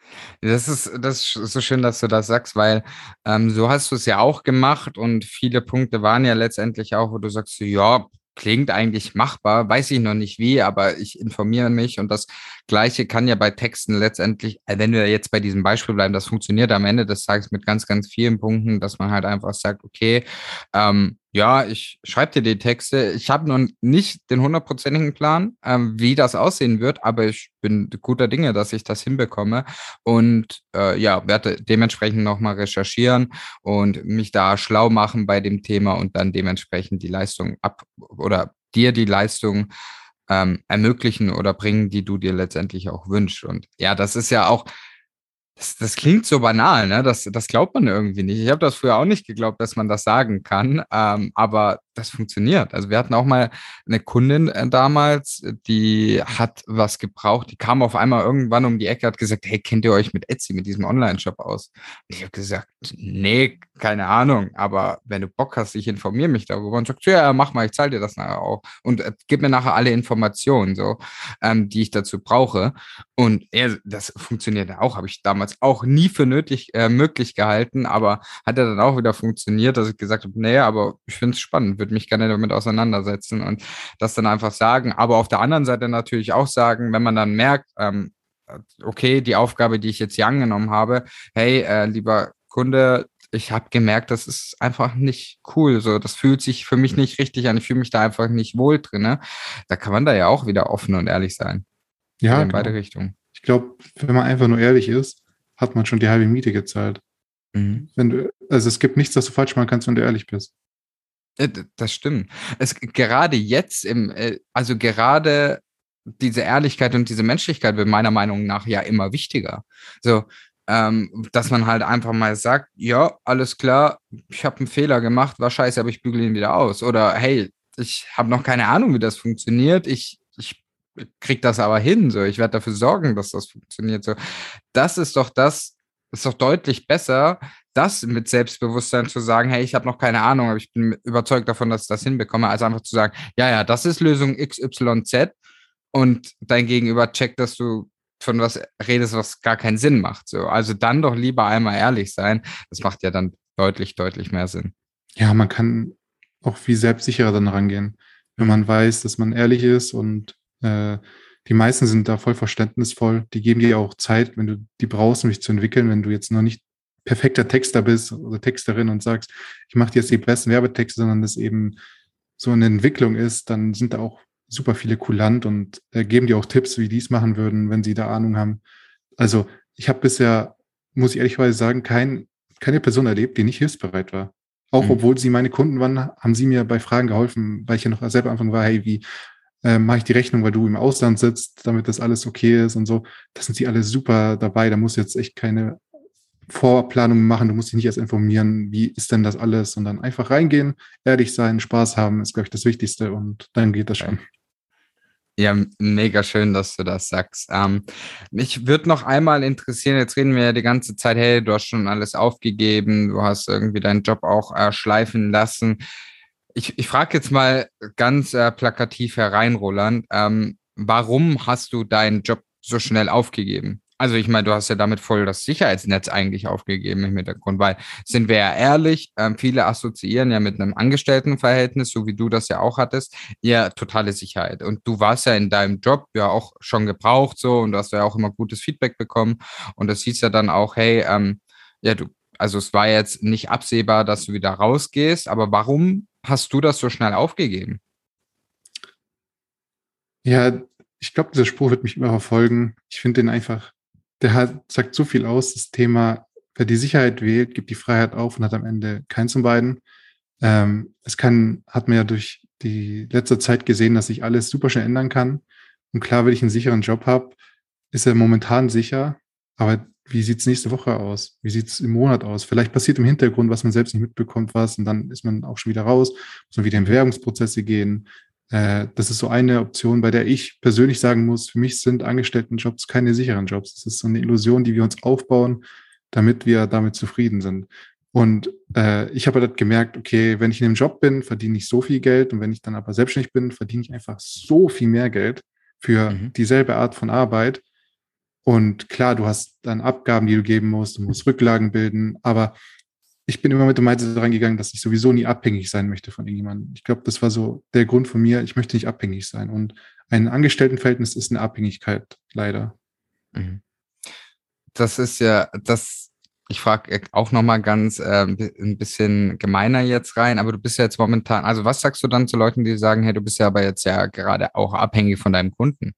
Speaker 2: Das ist, das ist so schön, dass du das sagst, weil ähm, so hast du es ja auch gemacht und viele Punkte waren ja letztendlich auch, wo du sagst, so, ja, klingt eigentlich machbar, weiß ich noch nicht wie, aber ich informiere mich und das Gleiche kann ja bei Texten letztendlich, äh, wenn wir jetzt bei diesem Beispiel bleiben, das funktioniert am Ende des Tages mit ganz, ganz vielen Punkten, dass man halt einfach sagt, okay, ähm, ja, ich schreibe dir die Texte. Ich habe noch nicht den hundertprozentigen Plan, ähm, wie das aussehen wird, aber ich bin guter Dinge, dass ich das hinbekomme und äh, ja, werde dementsprechend nochmal recherchieren und mich da schlau machen bei dem Thema und dann dementsprechend die Leistung ab oder dir die Leistung ähm, ermöglichen oder bringen, die du dir letztendlich auch wünschst. Und ja, das ist ja auch, das, das klingt so banal, ne? Das, das glaubt man irgendwie nicht. Ich habe das früher auch nicht geglaubt, dass man das sagen kann, ähm, aber das funktioniert. Also wir hatten auch mal eine Kundin äh, damals, die hat was gebraucht, die kam auf einmal irgendwann um die Ecke, hat gesagt, hey, kennt ihr euch mit Etsy, mit diesem Online-Shop aus? Und ich habe gesagt, nee, keine Ahnung, aber wenn du Bock hast, ich informiere mich darüber und sagst, ja, mach mal, ich zahle dir das nachher auch und äh, gib mir nachher alle Informationen, so, ähm, die ich dazu brauche. Und ja, das funktioniert auch, habe ich damals auch nie für nötig, äh, möglich gehalten, aber hat ja dann auch wieder funktioniert, dass ich gesagt habe, nee, aber ich finde es spannend, würde mich gerne damit auseinandersetzen und das dann einfach sagen. Aber auf der anderen Seite natürlich auch sagen, wenn man dann merkt, ähm, okay, die Aufgabe, die ich jetzt hier angenommen habe, hey, äh, lieber Kunde, ich habe gemerkt, das ist einfach nicht cool. So, das fühlt sich für mich nicht richtig an. Ich fühle mich da einfach nicht wohl drin. Ne? Da kann man da ja auch wieder offen und ehrlich sein. Geht ja
Speaker 4: Ja,
Speaker 2: in beide
Speaker 4: genau.
Speaker 2: Richtungen.
Speaker 4: Ich glaube, wenn man einfach nur ehrlich ist, hat man schon die halbe Miete gezahlt.
Speaker 2: Mhm.
Speaker 4: Wenn du, also es gibt nichts, das du falsch machen kannst, wenn du ehrlich bist.
Speaker 2: Äh, Das stimmt. Es gerade jetzt im, äh, also gerade diese Ehrlichkeit und diese Menschlichkeit wird meiner Meinung nach ja immer wichtiger. So, ähm, dass man halt einfach mal sagt, ja, alles klar, ich habe einen Fehler gemacht, war scheiße, aber ich bügele ihn wieder aus. Oder hey, ich habe noch keine Ahnung, wie das funktioniert. Ich, ich krieg das aber hin. So, ich werde dafür sorgen, dass das funktioniert. So, das ist doch das, ist doch deutlich besser, das mit Selbstbewusstsein zu sagen, hey, ich habe noch keine Ahnung, aber ich bin überzeugt davon, dass ich das hinbekomme, als einfach zu sagen, ja, ja, das ist Lösung X Y Z und dein Gegenüber checkt, dass du von was redest, was gar keinen Sinn macht. So. Also dann doch lieber einmal ehrlich sein. Das macht ja dann deutlich, deutlich mehr Sinn.
Speaker 4: Ja, man kann auch viel selbstsicherer dann rangehen, wenn man weiß, dass man ehrlich ist und äh, die meisten sind da voll verständnisvoll. Die geben dir auch Zeit, wenn du die brauchst, um dich zu entwickeln, wenn du jetzt noch nicht perfekter Texter bist oder Texterin und sagst, ich mache jetzt die besten Werbetexte, sondern das eben so eine Entwicklung ist, dann sind da auch super viele kulant und äh, geben dir auch Tipps, wie die es machen würden, wenn sie da Ahnung haben. Also ich habe bisher, muss ich ehrlicherweise sagen, kein, keine Person erlebt, die nicht hilfsbereit war. Auch mhm. obwohl sie meine Kunden waren, haben sie mir bei Fragen geholfen, weil ich ja noch selber am Anfang war, hey, wie äh, mache ich die Rechnung, weil du im Ausland sitzt, damit das alles okay ist und so. Das sind sie alle super dabei. Da muss jetzt echt keine Vorplanung machen, du musst dich nicht erst informieren, wie ist denn das alles, sondern einfach reingehen, ehrlich sein, Spaß haben, ist, glaube ich, das Wichtigste und dann geht das schon.
Speaker 2: Ja, mega schön, dass du das sagst. Ähm, mich würde noch einmal interessieren, jetzt reden wir ja die ganze Zeit, hey, du hast schon alles aufgegeben, du hast irgendwie deinen Job auch äh, schleifen lassen. Ich, ich frage jetzt mal ganz äh, plakativ herein, Roland, ähm, warum hast du deinen Job so schnell aufgegeben? Also ich meine, du hast ja damit voll das Sicherheitsnetz eigentlich aufgegeben im Hintergrund, weil, sind wir ja ehrlich, ähm, viele assoziieren ja mit einem Angestelltenverhältnis, so wie du das ja auch hattest, ja totale Sicherheit. Und du warst ja in deinem Job ja auch schon gebraucht so und du hast ja auch immer gutes Feedback bekommen. Und das hieß ja dann auch, hey, ähm, ja du, also es war jetzt nicht absehbar, dass du wieder rausgehst, aber warum hast du das so schnell aufgegeben?
Speaker 4: Ja, ich glaube, dieser Spruch wird mich immer verfolgen. Ich finde den einfach, der hat, sagt so viel aus, das Thema, wer die Sicherheit wählt, gibt die Freiheit auf und hat am Ende keins von beiden. Ähm, es kann, hat man ja durch die letzte Zeit gesehen, dass sich alles super schnell ändern kann. Und klar, wenn ich einen sicheren Job habe, ist er momentan sicher, aber wie sieht's nächste Woche aus? Wie sieht's im Monat aus? Vielleicht passiert im Hintergrund, was man selbst nicht mitbekommt, was, und dann ist man auch schon wieder raus, muss man wieder in Bewerbungsprozesse gehen. Das ist so eine Option, bei der ich persönlich sagen muss, für mich sind Angestelltenjobs keine sicheren Jobs. Das ist so eine Illusion, die wir uns aufbauen, damit wir damit zufrieden sind. Und äh, ich habe halt gemerkt, okay, wenn ich in einem Job bin, verdiene ich so viel Geld und wenn ich dann aber selbstständig bin, verdiene ich einfach so viel mehr Geld für mhm. dieselbe Art von Arbeit. Und klar, du hast dann Abgaben, die du geben musst, du musst Rücklagen bilden, aber ich bin immer mit dem Mindset reingegangen, dass ich sowieso nie abhängig sein möchte von irgendjemandem. Ich glaube, das war so der Grund von mir, ich möchte nicht abhängig sein. Und ein Angestelltenverhältnis ist eine Abhängigkeit, leider.
Speaker 2: Das ist ja, das, ich frage auch nochmal ganz äh, ein bisschen gemeiner jetzt rein, aber du bist ja jetzt momentan, also was sagst du dann zu Leuten, die sagen, hey, du bist ja aber jetzt ja gerade auch abhängig von deinem Kunden?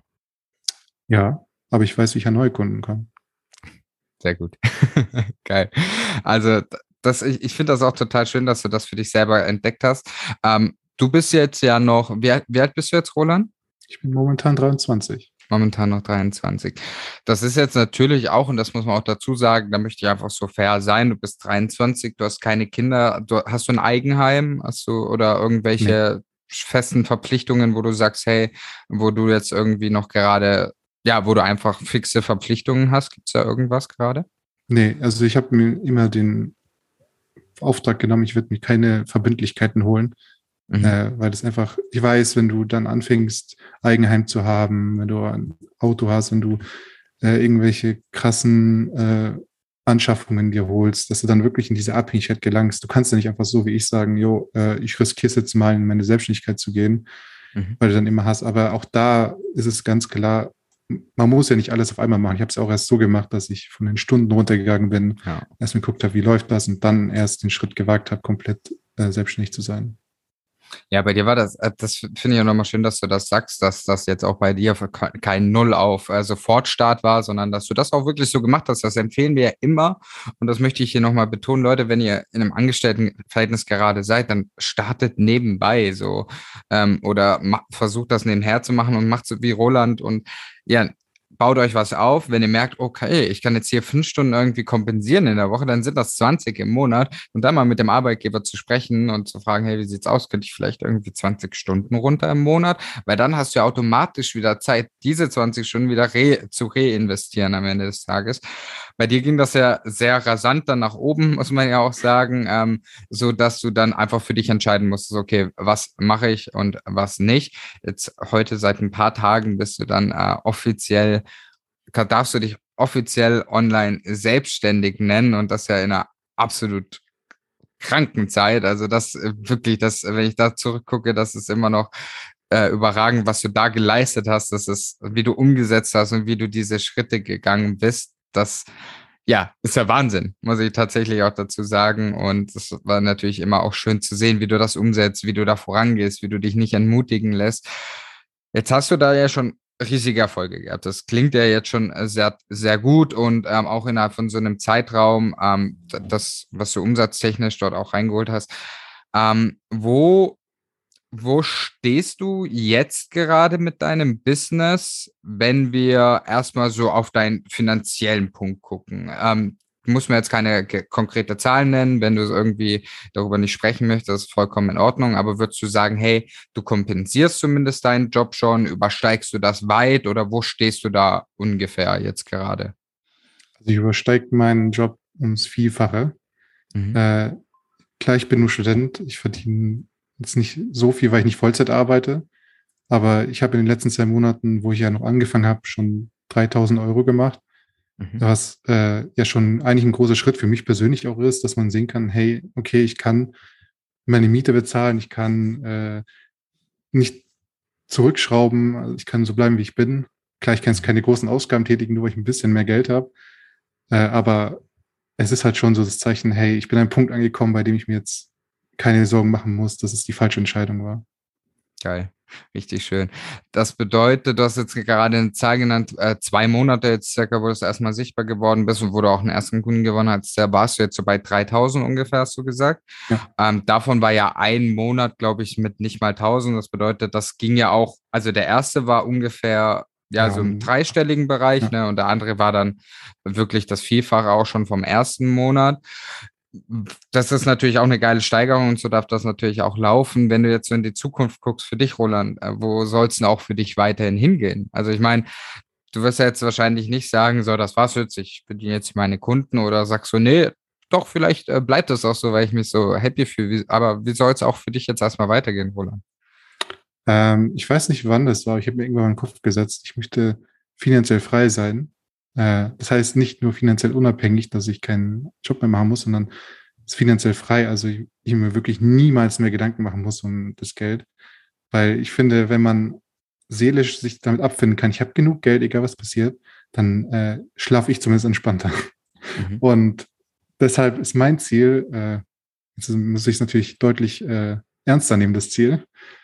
Speaker 4: Ja, aber ich weiß, wie ich an neue Kunden komme.
Speaker 2: Sehr gut. Geil. Also das, ich, ich finde das auch total schön, dass du das für dich selber entdeckt hast. Ähm, du bist jetzt ja noch, wie, wie alt bist du jetzt, Roland?
Speaker 4: Ich bin momentan dreiundzwanzig.
Speaker 2: Momentan noch dreiundzwanzig. Das ist jetzt natürlich auch, und das muss man auch dazu sagen, da möchte ich einfach so fair sein, du bist dreiundzwanzig, du hast keine Kinder, du, hast du ein Eigenheim, hast du oder irgendwelche nee. festen Verpflichtungen, wo du sagst, hey, wo du jetzt irgendwie noch gerade Ja, wo du einfach fixe Verpflichtungen hast. Gibt es da irgendwas gerade?
Speaker 4: Nee, also ich habe mir immer den Auftrag genommen, ich würde mir keine Verbindlichkeiten holen, mhm. äh, weil das einfach, ich weiß, wenn du dann anfängst, Eigenheim zu haben, wenn du ein Auto hast, wenn du äh, irgendwelche krassen äh, Anschaffungen dir holst, dass du dann wirklich in diese Abhängigkeit gelangst. Du kannst ja nicht einfach so wie ich sagen, jo, äh, ich riskiere es jetzt mal, in meine Selbstständigkeit zu gehen, mhm. weil du dann immer hast. Aber auch da ist es ganz klar, man muss ja nicht alles auf einmal machen. Ich habe es auch erst so gemacht, dass ich von den Stunden runtergegangen bin, ja. erst mal geguckt habe, wie läuft das und dann erst den Schritt gewagt habe, komplett äh, selbstständig zu sein.
Speaker 2: Ja, bei dir war das, das finde ich auch nochmal schön, dass du das sagst, dass das jetzt auch bei dir kein Null auf äh, Sofortstart war, sondern dass du das auch wirklich so gemacht hast. Das empfehlen wir ja immer. Und das möchte ich hier nochmal betonen, Leute, wenn ihr in einem Angestelltenverhältnis gerade seid, dann startet nebenbei so ähm, oder ma- versucht das nebenher zu machen und macht so wie Roland und ja, baut euch was auf, wenn ihr merkt, okay, ich kann jetzt hier fünf Stunden irgendwie kompensieren in der Woche, dann sind das zwanzig im Monat und dann mal mit dem Arbeitgeber zu sprechen und zu fragen, hey, wie sieht's aus? Könnte ich vielleicht irgendwie zwanzig Stunden runter im Monat? Weil dann hast du ja automatisch wieder Zeit, diese zwanzig Stunden wieder re- zu reinvestieren am Ende des Tages. bei dir ging das ja sehr rasant dann nach oben, muss man ja auch sagen, ähm, so dass du dann einfach für dich entscheiden musstest, okay, was mache ich und was nicht. Jetzt heute seit ein paar Tagen bist du dann äh, offiziell, darfst du dich offiziell online selbstständig nennen und das ja in einer absolut kranken Zeit. Also das äh, wirklich, das, wenn ich da zurückgucke, das ist immer noch äh, überragend, was du da geleistet hast. Das ist, wie du umgesetzt hast und wie du diese Schritte gegangen bist. Das, ja, ist ja Wahnsinn, muss ich tatsächlich auch dazu sagen. Und es war natürlich immer auch schön zu sehen, wie du das umsetzt, wie du da vorangehst, wie du dich nicht entmutigen lässt. Jetzt hast du da ja schon riesige Erfolge gehabt. Das klingt ja jetzt schon sehr, sehr gut und ähm, auch innerhalb von so einem Zeitraum, ähm, das, was du umsatztechnisch dort auch reingeholt hast. Ähm, wo, wo stehst du jetzt gerade mit deinem Business, wenn wir erstmal so auf deinen finanziellen Punkt gucken? Ähm, Du musst mir jetzt keine ge- konkrete Zahlen nennen, wenn du irgendwie darüber nicht sprechen möchtest, ist vollkommen in Ordnung. Aber würdest du sagen, hey, du kompensierst zumindest deinen Job schon, übersteigst du das weit oder wo stehst du da ungefähr jetzt gerade?
Speaker 4: Also ich übersteige meinen Job ums Vielfache.
Speaker 2: Mhm.
Speaker 4: Äh, klar, ich bin nur Student. Ich verdiene jetzt nicht so viel, weil ich nicht Vollzeit arbeite. Aber ich habe in den letzten zwei Monaten, wo ich ja noch angefangen habe, schon dreitausend Euro gemacht.
Speaker 2: Mhm.
Speaker 4: Was äh, ja schon eigentlich ein großer Schritt für mich persönlich auch ist, dass man sehen kann, hey, okay, ich kann meine Miete bezahlen, ich kann äh, nicht zurückschrauben, also ich kann so bleiben, wie ich bin. Klar, ich kann jetzt keine großen Ausgaben tätigen, nur weil ich ein bisschen mehr Geld habe. Äh, aber es ist halt schon so das Zeichen, hey, ich bin an einem Punkt angekommen, bei dem ich mir jetzt keine Sorgen machen muss, dass es die falsche Entscheidung war.
Speaker 2: Geil, richtig schön. Das bedeutet, du hast jetzt gerade eine Zahl genannt, äh, zwei Monate jetzt circa, wo du das erstmal sichtbar geworden bist und wo du auch einen ersten Kunden gewonnen hast, da warst du jetzt so bei dreitausend ungefähr, hast du gesagt.
Speaker 4: Ja.
Speaker 2: Ähm, davon war ja ein Monat, glaube ich, mit nicht mal tausend. Das bedeutet, das ging ja auch, also der erste war ungefähr, ja,
Speaker 4: Ja,
Speaker 2: so im
Speaker 4: um-
Speaker 2: dreistelligen Bereich,
Speaker 4: ja.
Speaker 2: ne, und der andere war dann wirklich das Vierfache auch schon vom ersten Monat. Das ist natürlich auch eine geile Steigerung und so darf das natürlich auch laufen. Wenn du jetzt so in die Zukunft guckst für dich, Roland, äh, wo soll es denn auch für dich weiterhin hingehen? Also ich meine, du wirst ja jetzt wahrscheinlich nicht sagen, so, das war's jetzt, ich bediene jetzt meine Kunden oder sagst so, nee, doch, vielleicht äh, bleibt das auch so, weil ich mich so happy fühle. Wie, aber wie soll es auch für dich jetzt erstmal weitergehen, Roland?
Speaker 4: Ähm, ich weiß nicht, wann das war. Ich habe mir irgendwann in den Kopf gesetzt, ich möchte finanziell frei sein. Äh, das heißt nicht nur finanziell unabhängig, dass ich keinen Job mehr machen muss, sondern es ist finanziell frei. Also ich, ich mir wirklich niemals mehr Gedanken machen muss um das Geld. Weil ich finde, wenn man seelisch sich damit abfinden kann, ich habe genug Geld, egal was passiert, dann äh, schlafe ich zumindest entspannter.
Speaker 2: Mhm.
Speaker 4: Und deshalb ist mein Ziel, äh, jetzt muss ich es natürlich deutlich äh, ernster nehmen, das Ziel,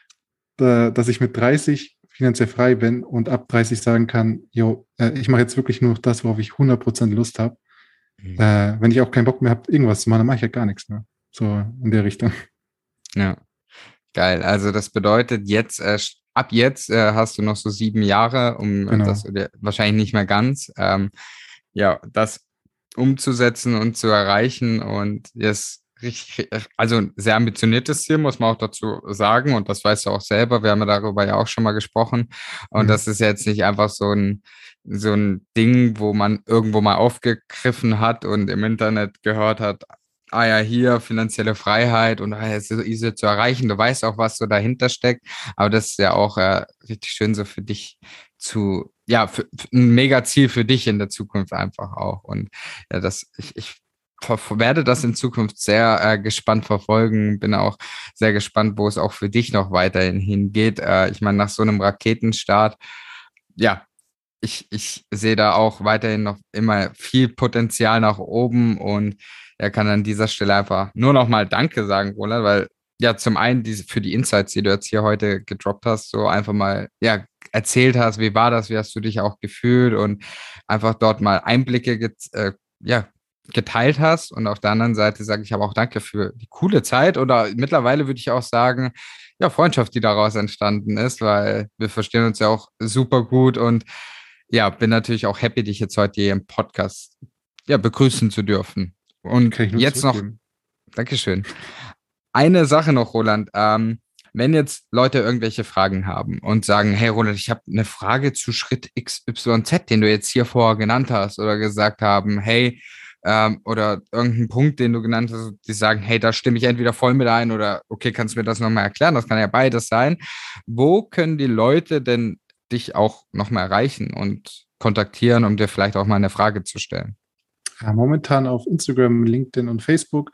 Speaker 4: äh, dass ich mit dreißig finanziell frei bin und ab dreißig sagen kann, yo, äh, ich mache jetzt wirklich nur noch das, worauf ich hundert Prozent Lust habe.
Speaker 2: Mhm.
Speaker 4: Äh, wenn ich auch keinen Bock mehr habe, irgendwas zu machen, dann mache ich halt gar nichts mehr. So in der Richtung.
Speaker 2: Ja, geil. Also das bedeutet, jetzt, äh, ab jetzt äh, hast du noch so sieben Jahre, um
Speaker 4: Genau.
Speaker 2: das oder wahrscheinlich nicht mehr ganz, ähm, ja, das umzusetzen und zu erreichen. Und jetzt richtig, also ein sehr ambitioniertes Ziel, muss man auch dazu sagen. Und das weißt du auch selber. Wir haben ja darüber ja auch schon mal gesprochen. Und
Speaker 4: Mhm.
Speaker 2: das ist jetzt nicht einfach so ein, so ein Ding, wo man irgendwo mal aufgegriffen hat und im Internet gehört hat, ah ja, hier finanzielle Freiheit und ah, es ist so easy zu erreichen. Du weißt auch, was so dahinter steckt. Aber das ist ja auch äh, richtig schön so für dich zu, ja, für, für ein mega Ziel für dich in der Zukunft einfach auch. Und ja, das, ich, ich ver- werde das in Zukunft sehr äh, gespannt verfolgen. Bin auch sehr gespannt, wo es auch für dich noch weiterhin hingeht. Äh, ich meine, nach so einem Raketenstart, ja, ich, ich sehe da auch weiterhin noch immer viel Potenzial nach oben und er kann an dieser Stelle einfach nur noch mal Danke sagen, Roland, weil ja zum einen diese, für die Insights, die du jetzt hier heute gedroppt hast, so einfach mal ja erzählt hast, wie war das, wie hast du dich auch gefühlt und einfach dort mal Einblicke get, äh, ja, geteilt hast. Und auf der anderen Seite sage ich aber auch Danke für die coole Zeit oder mittlerweile würde ich auch sagen, ja, Freundschaft, die daraus entstanden ist, weil wir verstehen uns ja auch super gut und ja, bin natürlich auch happy, dich jetzt heute hier im Podcast ja, begrüßen zu dürfen. Und
Speaker 4: Kann ich nur
Speaker 2: jetzt noch,
Speaker 4: zurückgeben.
Speaker 2: Dankeschön. Eine Sache noch, Roland. Ähm, Wenn jetzt Leute irgendwelche Fragen haben und sagen, hey Roland, ich habe eine Frage zu Schritt X Y Z, den du jetzt hier vorher genannt hast, oder gesagt haben, hey, ähm, oder irgendeinen Punkt, den du genannt hast, die sagen, hey, da stimme ich entweder voll mit ein oder okay, kannst du mir das nochmal erklären? Das kann ja beides sein. Wo können die Leute denn dich auch nochmal erreichen und kontaktieren, um dir vielleicht auch mal eine Frage zu stellen?
Speaker 4: Ja, momentan auf Instagram, LinkedIn und Facebook.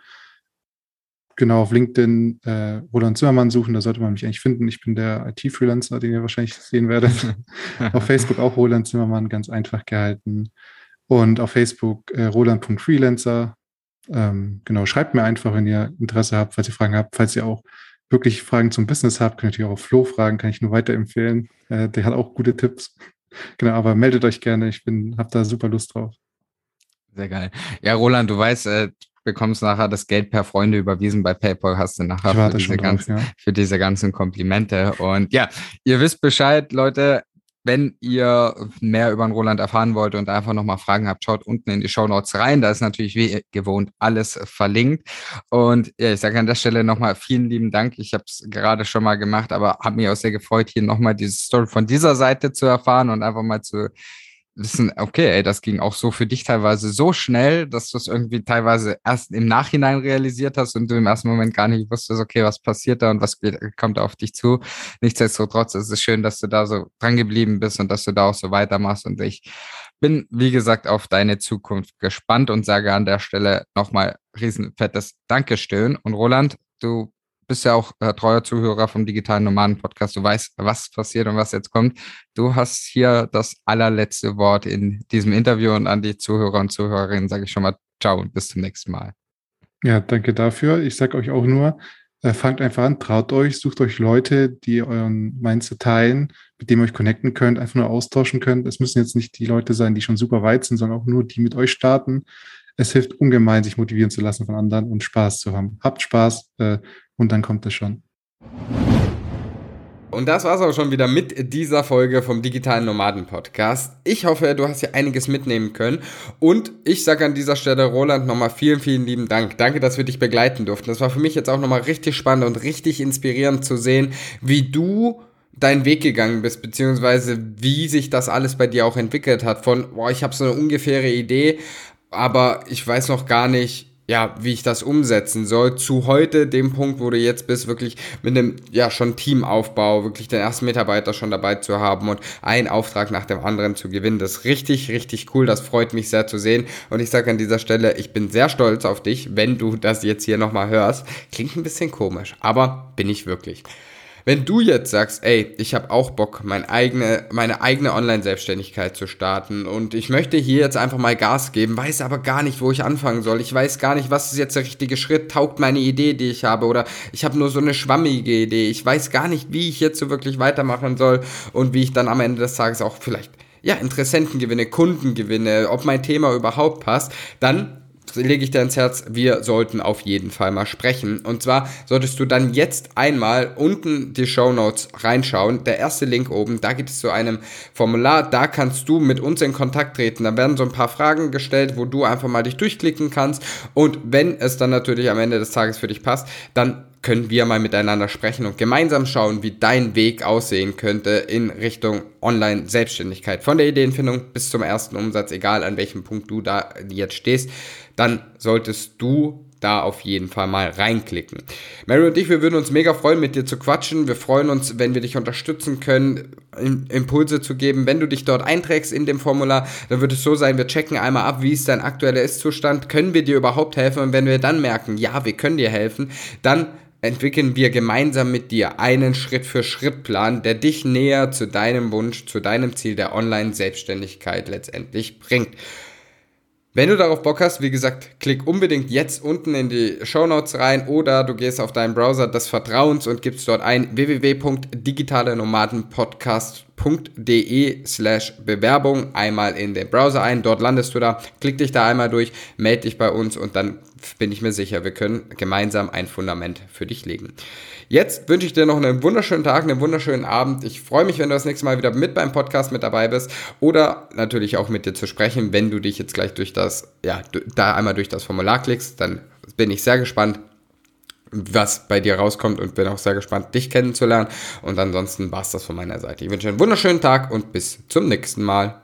Speaker 4: Genau, auf LinkedIn äh, Roland Zimmermann suchen, da sollte man mich eigentlich finden. Ich bin der I T-Freelancer, den ihr wahrscheinlich sehen werdet. Auf Facebook auch Roland Zimmermann, ganz einfach gehalten. Und auf Facebook äh, roland punkt freelancer. Ähm, genau, schreibt mir einfach, wenn ihr Interesse habt, falls ihr Fragen habt. Falls ihr auch wirklich Fragen zum Business habt, könnt ihr auch auf Flo fragen, kann ich nur weiterempfehlen. Äh, der hat auch gute Tipps. Genau, aber meldet euch gerne, ich bin, hab da super Lust drauf.
Speaker 2: Sehr geil. Ja, Roland, du weißt, äh, bekommst nachher das Geld per Freunde überwiesen bei PayPal, hast du nachher für diese,
Speaker 4: drauf,
Speaker 2: ganzen,
Speaker 4: ja.
Speaker 2: für diese ganzen Komplimente. Und ja, ihr wisst Bescheid, Leute, wenn ihr mehr über den Roland erfahren wollt und einfach nochmal Fragen habt, schaut unten in die Shownotes rein. Da ist natürlich wie gewohnt alles verlinkt. Und ja, ich sage an der Stelle nochmal vielen lieben Dank. Ich habe es gerade schon mal gemacht, aber habe mich auch sehr gefreut, hier nochmal diese Story von dieser Seite zu erfahren und einfach mal zu wissen, okay, ey, das ging auch so für dich teilweise so schnell, dass du es irgendwie teilweise erst im Nachhinein realisiert hast und du im ersten Moment gar nicht wusstest, okay, was passiert da und was kommt auf dich zu. Nichtsdestotrotz ist es schön, dass du da so dran geblieben bist und dass du da auch so weitermachst und ich bin, wie gesagt, auf deine Zukunft gespannt und sage an der Stelle nochmal riesen fettes Dankeschön. Und Roland, du bist ja auch äh, treuer Zuhörer vom Digitalen Nomaden Podcast. Du weißt, was passiert und was jetzt kommt. Du hast hier das allerletzte Wort in diesem Interview und an die Zuhörer und Zuhörerinnen sage ich schon mal ciao und bis zum nächsten Mal.
Speaker 4: Ja, danke dafür. Ich sage euch auch nur, äh, fangt einfach an, traut euch, sucht euch Leute, die euren Mindset teilen, mit denen ihr euch connecten könnt, einfach nur austauschen könnt. Es müssen jetzt nicht die Leute sein, die schon super weit sind, sondern auch nur die mit euch starten. Es hilft ungemein, sich motivieren zu lassen von anderen und Spaß zu haben. Habt Spaß äh, und dann kommt es schon.
Speaker 1: Und das war's auch schon wieder mit dieser Folge vom Digitalen Nomaden Podcast. Ich hoffe, du hast hier einiges mitnehmen können. Und ich sage an dieser Stelle, Roland, nochmal vielen, vielen lieben Dank. Danke, dass wir dich begleiten durften. Das war für mich jetzt auch nochmal richtig spannend und richtig inspirierend zu sehen, wie du deinen Weg gegangen bist, beziehungsweise wie sich das alles bei dir auch entwickelt hat. Von, boah, ich habe so eine ungefähre Idee, aber ich weiß noch gar nicht, ja, wie ich das umsetzen soll, zu heute, dem Punkt, wo du jetzt bist, wirklich mit einem, ja, schon Teamaufbau, wirklich den ersten Mitarbeiter schon dabei zu haben und einen Auftrag nach dem anderen zu gewinnen. Das ist richtig, richtig cool, das freut mich sehr zu sehen und ich sage an dieser Stelle, ich bin sehr stolz auf dich, wenn du das jetzt hier nochmal hörst. Klingt ein bisschen komisch, aber bin ich wirklich. Wenn du jetzt sagst, ey, ich habe auch Bock, mein eigene, meine eigene Online-Selbstständigkeit zu starten und ich möchte hier jetzt einfach mal Gas geben, weiß aber gar nicht, wo ich anfangen soll, ich weiß gar nicht, was ist jetzt der richtige Schritt, taugt meine Idee, die ich habe oder ich habe nur so eine schwammige Idee, ich weiß gar nicht, wie ich jetzt so wirklich weitermachen soll und wie ich dann am Ende des Tages auch vielleicht, ja, Interessenten gewinne, Kunden gewinne, ob mein Thema überhaupt passt, dann lege ich dir ans Herz, wir sollten auf jeden Fall mal sprechen. Und zwar solltest du dann jetzt einmal unten die Shownotes reinschauen. Der erste Link oben, da geht es zu einem Formular. Da kannst du mit uns in Kontakt treten. Da werden so ein paar Fragen gestellt, wo du einfach mal dich durchklicken kannst. Und wenn es dann natürlich am Ende des Tages für dich passt, dann können wir mal miteinander sprechen und gemeinsam schauen, wie dein Weg aussehen könnte in Richtung Online-Selbstständigkeit. Von der Ideenfindung bis zum ersten Umsatz, egal an welchem Punkt du da jetzt stehst, dann solltest du da auf jeden Fall mal reinklicken. Mary und ich, wir würden uns mega freuen, mit dir zu quatschen. Wir freuen uns, wenn wir dich unterstützen können, Impulse zu geben. Wenn du dich dort einträgst in dem Formular, dann wird es so sein, wir checken einmal ab, wie ist dein aktueller Ist-Zustand, können wir dir überhaupt helfen? Und wenn wir dann merken, ja, wir können dir helfen, dann entwickeln wir gemeinsam mit dir einen Schritt-für-Schritt-Plan, der dich näher zu deinem Wunsch, zu deinem Ziel der Online-Selbstständigkeit letztendlich bringt. Wenn du darauf Bock hast, wie gesagt, klick unbedingt jetzt unten in die Shownotes rein oder du gehst auf deinen Browser des Vertrauens und gibst dort ein w w w punkt digitale nomaden podcast punkt d e slash Bewerbung einmal in den Browser ein, dort landest du da, klick dich da einmal durch, melde dich bei uns und dann bin ich mir sicher, wir können gemeinsam ein Fundament für dich legen. Jetzt wünsche ich dir noch einen wunderschönen Tag, einen wunderschönen Abend. Ich freue mich, wenn du das nächste Mal wieder mit beim Podcast mit dabei bist oder natürlich auch mit dir zu sprechen, wenn du dich jetzt gleich durch das, ja, da einmal durch das Formular klickst, dann bin ich sehr gespannt. was bei dir rauskommt und bin auch sehr gespannt, dich kennenzulernen. Und ansonsten war es das von meiner Seite. Ich wünsche einen wunderschönen Tag und bis zum nächsten Mal.